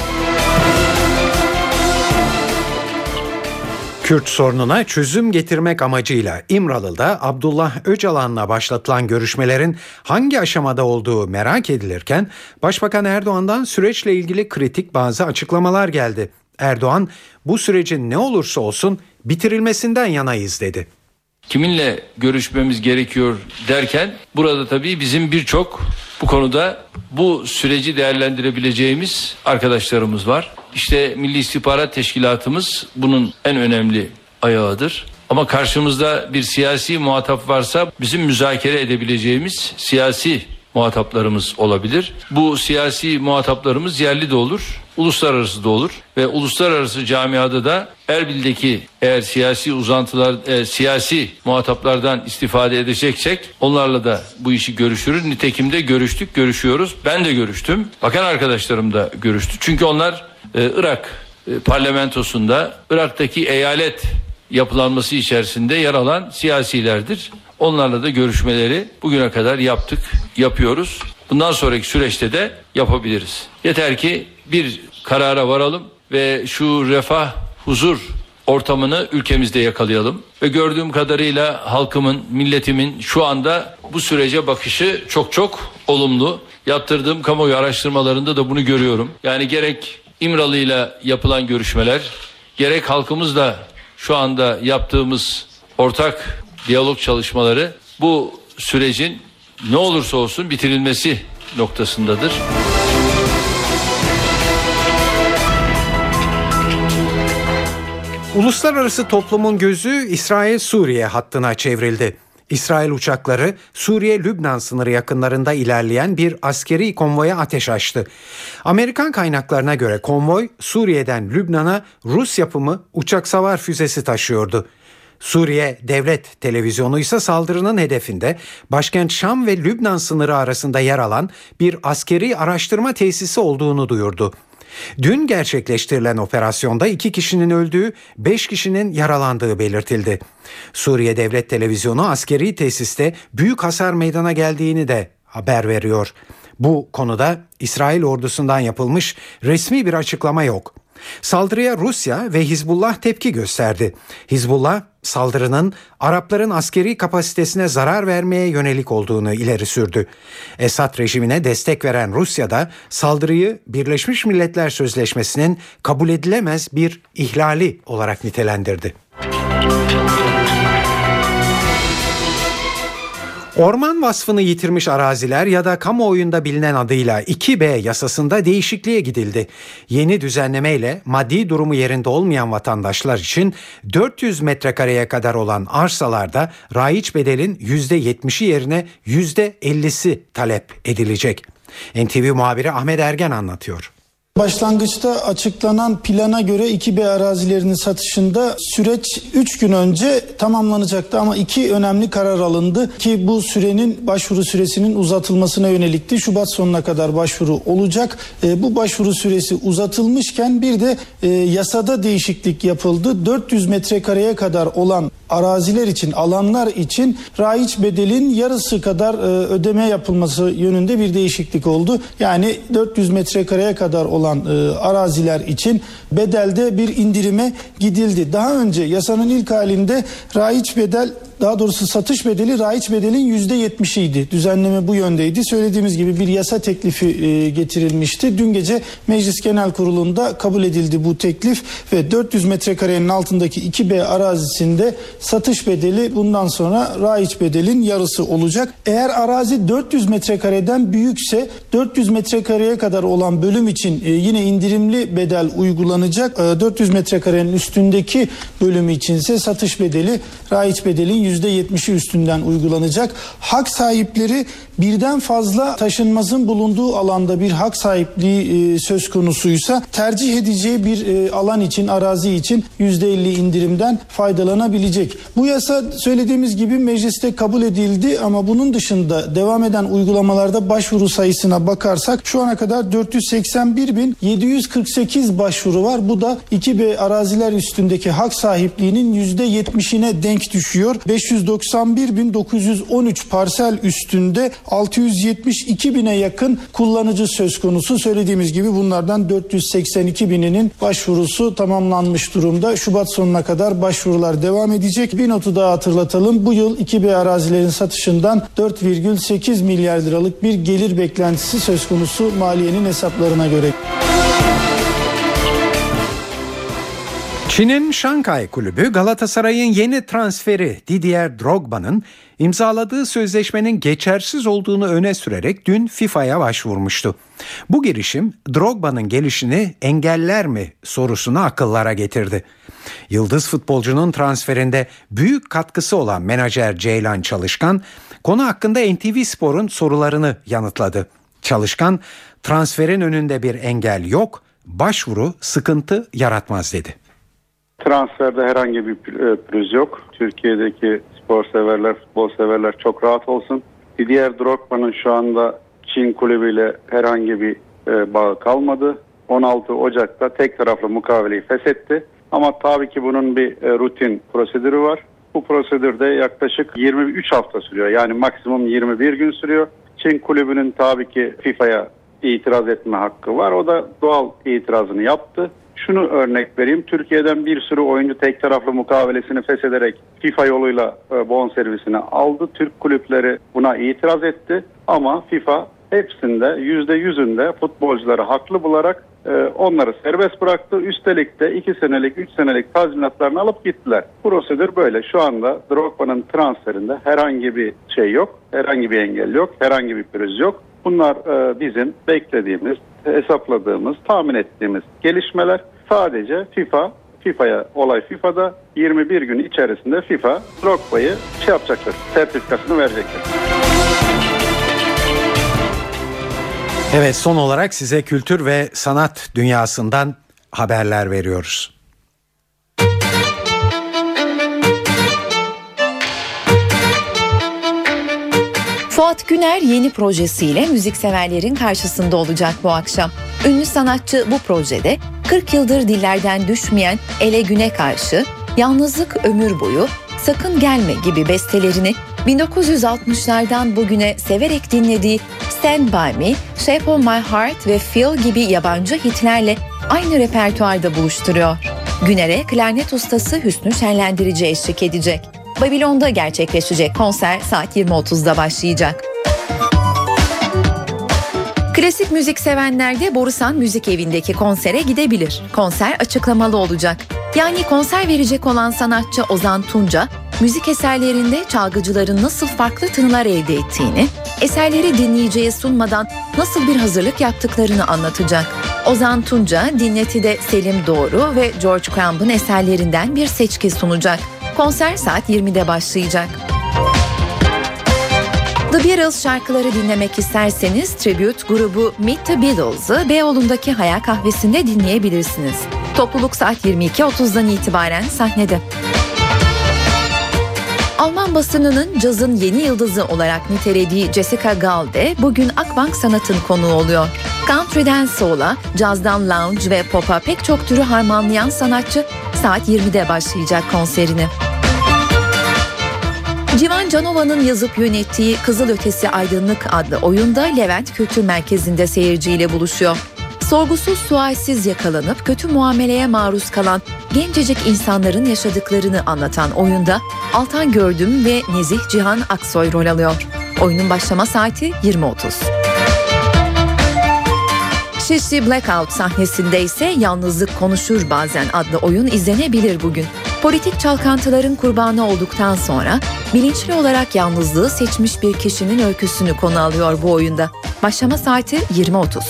Kürt sorununa çözüm getirmek amacıyla İmralı'da Abdullah Öcalan'la başlatılan görüşmelerin hangi aşamada olduğu merak edilirken Başbakan Erdoğan'dan süreçle ilgili kritik bazı açıklamalar geldi. Erdoğan, bu sürecin ne olursa olsun bitirilmesinden yanayız dedi. Kiminle görüşmemiz gerekiyor derken burada tabii bizim birçok bu konuda bu süreci değerlendirebileceğimiz arkadaşlarımız var. İşte Milli İstihbarat Teşkilatımız bunun en önemli ayağıdır. Ama karşımızda bir siyasi muhatap varsa bizim müzakere edebileceğimiz siyasi muhataplarımız olabilir. Bu siyasi muhataplarımız yerli de olur, uluslararası da olur ve uluslararası camiada da Erbil'deki eğer siyasi uzantılar, e, siyasi muhataplardan istifade edeceksek onlarla da bu işi görüşürüz. Nitekim de görüştük, görüşüyoruz. Ben de görüştüm. Bakan arkadaşlarım da görüştü. Çünkü onlar e, Irak e, parlamentosunda Irak'taki eyalet yapılanması içerisinde yer alan siyasilerdir. Onlarla da görüşmeleri bugüne kadar yaptık, yapıyoruz. Bundan sonraki süreçte de yapabiliriz. Yeter ki bir karara varalım ve şu refah, huzur ortamını ülkemizde yakalayalım. Ve gördüğüm kadarıyla halkımın, milletimin şu anda bu sürece bakışı çok çok olumlu. Yaptırdığım kamuoyu araştırmalarında da bunu görüyorum. Yani gerek İmralı'yla yapılan görüşmeler, gerek halkımızla şu anda yaptığımız ortak diyalog çalışmaları bu sürecin ne olursa olsun bitirilmesi noktasındadır. Uluslararası toplumun gözü İsrail-Suriye hattına çevrildi. İsrail uçakları Suriye-Lübnan sınırı yakınlarında ilerleyen bir askeri konvoya ateş açtı. Amerikan kaynaklarına göre konvoy Suriye'den Lübnan'a Rus yapımı uçak savar füzesi taşıyordu. Suriye Devlet Televizyonu ise saldırının hedefinde başkent Şam ve Lübnan sınırı arasında yer alan bir askeri araştırma tesisi olduğunu duyurdu. Dün gerçekleştirilen operasyonda iki kişinin öldüğü, beş kişinin yaralandığı belirtildi. Suriye Devlet Televizyonu askeri tesiste büyük hasar meydana geldiğini de haber veriyor. Bu konuda İsrail ordusundan yapılmış resmi bir açıklama yok. Saldırıya Rusya ve Hizbullah tepki gösterdi. Hizbullah saldırının Arapların askeri kapasitesine zarar vermeye yönelik olduğunu ileri sürdü. Esad rejimine destek veren Rusya da saldırıyı Birleşmiş Milletler Sözleşmesi'nin kabul edilemez bir ihlali olarak nitelendirdi. Orman vasfını yitirmiş araziler ya da kamuoyunda bilinen adıyla iki B yasasında değişikliğe gidildi. Yeni düzenlemeyle maddi durumu yerinde olmayan vatandaşlar için dört yüz metrekareye kadar olan arsalarda raiç bedelin yüzde yetmişi yerine yüzde ellisi talep edilecek. N T V muhabiri Ahmet Ergen anlatıyor. Başlangıçta açıklanan plana göre iki B arazilerinin satışında süreç üç gün önce tamamlanacaktı ama iki önemli karar alındı ki bu sürenin başvuru süresinin uzatılmasına yönelikti. Şubat sonuna kadar başvuru olacak. E, bu başvuru süresi uzatılmışken bir de e, yasada değişiklik yapıldı. dört yüz metrekareye kadar olan araziler için, alanlar için raiç bedelin yarısı kadar e, ödeme yapılması yönünde bir değişiklik oldu. Yani dört yüz metrekareye kadar olan e, araziler için bedelde bir indirime gidildi. Daha önce yasanın ilk halinde raiç bedel, daha doğrusu satış bedeli raiç bedelin yüzde yetmişiydi. Düzenleme bu yöndeydi. Söylediğimiz gibi bir yasa teklifi e, getirilmişti. Dün gece Meclis Genel Kurulu'nda kabul edildi bu teklif ve dört yüz metrekarenin altındaki iki B arazisinde satış bedeli bundan sonra raiç bedelin yarısı olacak. Eğer arazi dört yüz metrekareden büyükse dört yüz metrekareye kadar olan bölüm için e, yine indirimli bedel uygulanacak. E, dört yüz metrekarenin üstündeki bölümü içinse satış bedeli raiç bedelin yüzde yetmişi üstünden uygulanacak. Hak sahipleri birden fazla taşınmazın bulunduğu alanda bir hak sahipliği e, söz konusuysa tercih edeceği bir e, alan için, arazi için yüzde elli indirimden faydalanabilecek. Bu yasa söylediğimiz gibi mecliste kabul edildi ama bunun dışında devam eden uygulamalarda başvuru sayısına bakarsak şu ana kadar dört yüz seksen bir bin yedi yüz kırk sekiz başvuru var. Bu da iki B araziler üstündeki hak sahipliğinin yüzde yetmişine denk düşüyor. beş yüz doksan bir bin dokuz yüz on üç parsel üstünde altı yüz yetmiş iki bine yakın kullanıcı söz konusu. Söylediğimiz gibi bunlardan dört yüz seksen iki bininin başvurusu tamamlanmış durumda. Şubat sonuna kadar başvurular devam edecek. Bir notu daha hatırlatalım. Bu yıl iki B arazilerin satışından dört virgül sekiz milyar liralık bir gelir beklentisi söz konusu maliyenin hesaplarına göre. Çin'in Şanghay Kulübü Galatasaray'ın yeni transferi Didier Drogba'nın imzaladığı sözleşmenin geçersiz olduğunu öne sürerek dün FIFA'ya başvurmuştu. Bu girişim Drogba'nın gelişini engeller mi sorusunu akıllara getirdi. Yıldız futbolcunun transferinde büyük katkısı olan menajer Ceylan Çalışkan konu hakkında N T V Spor'un sorularını yanıtladı. Çalışkan, transferin önünde bir engel yok, başvuru sıkıntı yaratmaz dedi. Transferde herhangi bir pürüz yok. Türkiye'deki spor severler, futbol severler çok rahat olsun. Didier Drogba'nın şu anda Çin kulübüyle herhangi bir e, bağı kalmadı. on altı Ocak'ta tek taraflı mukaveleyi feshetti. Ama tabii ki bunun bir e, rutin prosedürü var. Bu prosedürde yaklaşık yirmi üç hafta sürüyor. Yani maksimum yirmi bir gün sürüyor. Çin kulübünün tabii ki FIFA'ya itiraz etme hakkı var. O da doğal itirazını yaptı. Şunu örnek vereyim. Türkiye'den bir sürü oyuncu tek taraflı mukavelesini feshederek FIFA yoluyla e, bonservisini aldı. Türk kulüpleri buna itiraz etti. Ama FIFA hepsinde yüzde yüzünde futbolcuları haklı bularak e, onları serbest bıraktı. Üstelik de iki senelik, üç senelik tazminatlarını alıp gittiler. Prosedür böyle. Şu anda Drogba'nın transferinde herhangi bir şey yok. Herhangi bir engel yok. Herhangi bir pürüz yok. Bunlar e, bizim beklediğimiz, hesapladığımız, tahmin ettiğimiz gelişmeler. Sadece FIFA, FIFA'ya olay FIFA'da yirmi bir gün içerisinde FIFA Drogba'yı şey yapacaktır, sertifikasını verecektir. Evet, son olarak size kültür ve sanat dünyasından haberler veriyoruz. Fuat Güner yeni projesiyle müzikseverlerin karşısında olacak bu akşam. Ünlü sanatçı bu projede kırk yıldır dillerden düşmeyen Ele Güne Karşı, Yalnızlık Ömür Boyu, Sakın Gelme gibi bestelerini bin dokuz yüz altmışlardan bugüne severek dinlediği Stand By Me, Shape of My Heart ve Feel gibi yabancı hitlerle aynı repertuarda buluşturuyor. Güner'e klarnet ustası Hüsnü Şenlendirici eşlik edecek. Babilon'da gerçekleşecek konser saat yirmi otuzda başlayacak. Klasik müzik sevenler de Borusan Müzik Evi'ndeki konsere gidebilir. Konser açıklamalı olacak. Yani konser verecek olan sanatçı Ozan Tunca, müzik eserlerinde çalgıcıların nasıl farklı tınılar elde ettiğini, eserleri dinleyiciye sunmadan nasıl bir hazırlık yaptıklarını anlatacak. Ozan Tunca, dinletide Selim Doğru ve George Crumb'ın eserlerinden bir seçki sunacak. Konser saat yirmide başlayacak. The Beatles şarkıları dinlemek isterseniz tribute grubu Meet the Beatles'ı Beyoğlu'ndaki Hayal Kahvesi'nde dinleyebilirsiniz. Topluluk saat yirmi iki otuzdan itibaren sahnede. Alman basınının cazın yeni yıldızı olarak nitelediği Jessica Galde bugün Akbank Sanat'ın konuğu oluyor. Country'den soul'a, cazdan lounge ve pop'a pek çok türü harmanlayan sanatçı saat yirmide başlayacak konserini. Civan Canova'nın yazıp yönettiği Kızılötesi Aydınlık adlı oyunda Levent Kültür Merkezi'nde seyirciyle buluşuyor. Sorgusuz sualsiz yakalanıp kötü muameleye maruz kalan gencecik insanların yaşadıklarını anlatan oyunda Altan Gördüm ve Nezih Cihan Aksoy rol alıyor. Oyunun başlama saati yirmi otuz. Şişli Blackout sahnesinde ise Yalnızlık Konuşur Bazen adlı oyun izlenebilir bugün. Politik çalkantıların kurbanı olduktan sonra bilinçli olarak yalnızlığı seçmiş bir kişinin öyküsünü konu alıyor bu oyunda. Başlama saati yirmi otuz.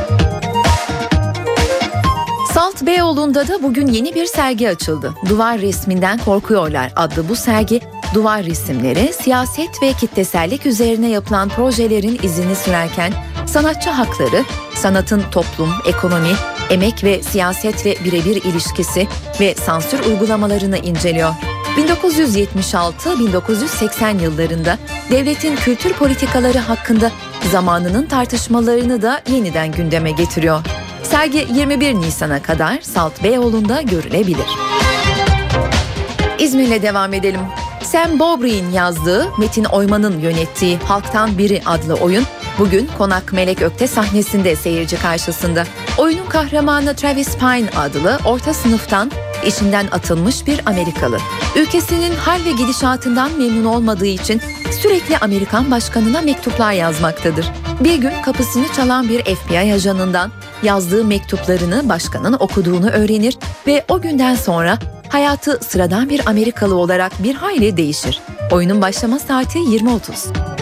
Salt Beyoğlu'nda da bugün yeni bir sergi açıldı. Duvar Resminden Korkuyorlar adlı bu sergi, duvar resimleri, siyaset ve kitlesellik üzerine yapılan projelerin izini sürerken sanatçı hakları, sanatın toplum, ekonomi, emek ve siyasetle birebir ilişkisi ve sansür uygulamalarını inceliyor. bin dokuz yüz yetmiş altı - bin dokuz yüz seksen yıllarında devletin kültür politikaları hakkında zamanının tartışmalarını da yeniden gündeme getiriyor. Sergi yirmi bir Nisan'a kadar Salt Beyoğlu'nda görülebilir. İzmir'le devam edelim. Sam Bobry'in yazdığı, Metin Oyman'ın yönettiği Halktan Biri adlı oyun bugün Konak Melek Ökte sahnesinde seyirci karşısında. Oyunun kahramanı Travis Pine adlı orta sınıftan işinden atılmış bir Amerikalı. Ülkesinin hal ve gidişatından memnun olmadığı için sürekli Amerikan başkanına mektuplar yazmaktadır. Bir gün kapısını çalan bir F B I ajanından yazdığı mektuplarını başkanın okuduğunu öğrenir ve o günden sonra hayatı sıradan bir Amerikalı olarak bir hayli değişir. Oyunun başlama saati yirmi otuz.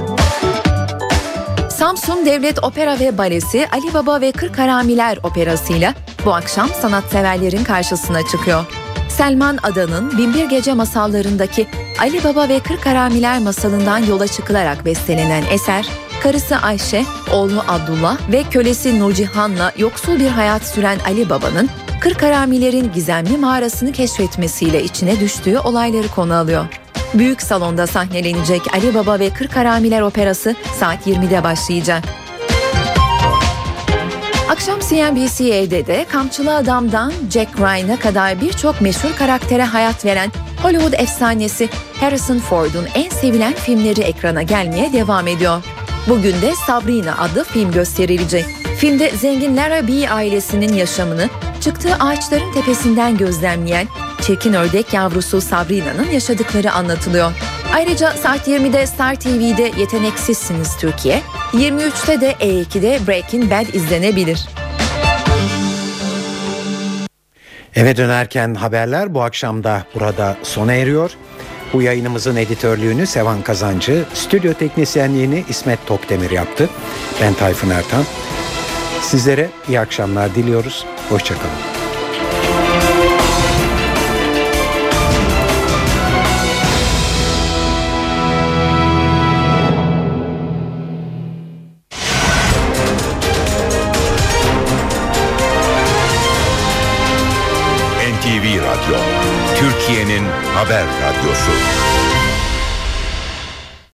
Samsun Devlet Opera ve Balesi Ali Baba ve Kırk Haramiler operasıyla bu akşam sanatseverlerin karşısına çıkıyor. Selman Adan'ın Binbir Gece masallarındaki Ali Baba ve Kırk Haramiler masalından yola çıkılarak bestelenen eser, karısı Ayşe, oğlu Abdullah ve kölesi Nurcihan'la yoksul bir hayat süren Ali Baba'nın Kırk Haramilerin gizemli mağarasını keşfetmesiyle içine düştüğü olayları konu alıyor. Büyük salonda sahnelenecek Ali Baba ve Kırk Haramiler operası saat yirmide başlayacak. Akşam C N B C'de de Kamçılı Adam'dan Jack Ryan'a kadar birçok meşhur karaktere hayat veren Hollywood efsanesi Harrison Ford'un en sevilen filmleri ekrana gelmeye devam ediyor. Bugün de Sabrina adlı film gösterilecek. Filmde zengin Lara B ailesinin yaşamını çıktığı ağaçların tepesinden gözlemleyen çirkin ördek yavrusu Sabrina'nın yaşadıkları anlatılıyor. Ayrıca saat yirmide Star T V'de Yeteneksizsiniz Türkiye, yirmi üçte de E iki'de Breaking Bad izlenebilir. Eve dönerken haberler bu akşam da burada sona eriyor. Bu yayınımızın editörlüğünü Sevan Kazancı, stüdyo teknisyenliğini İsmet Tokdemir yaptı. Ben Tayfun Ertan. Sizlere iyi akşamlar diliyoruz. Hoşçakalın. N T V Radyo, Türkiye'nin haber radyosu.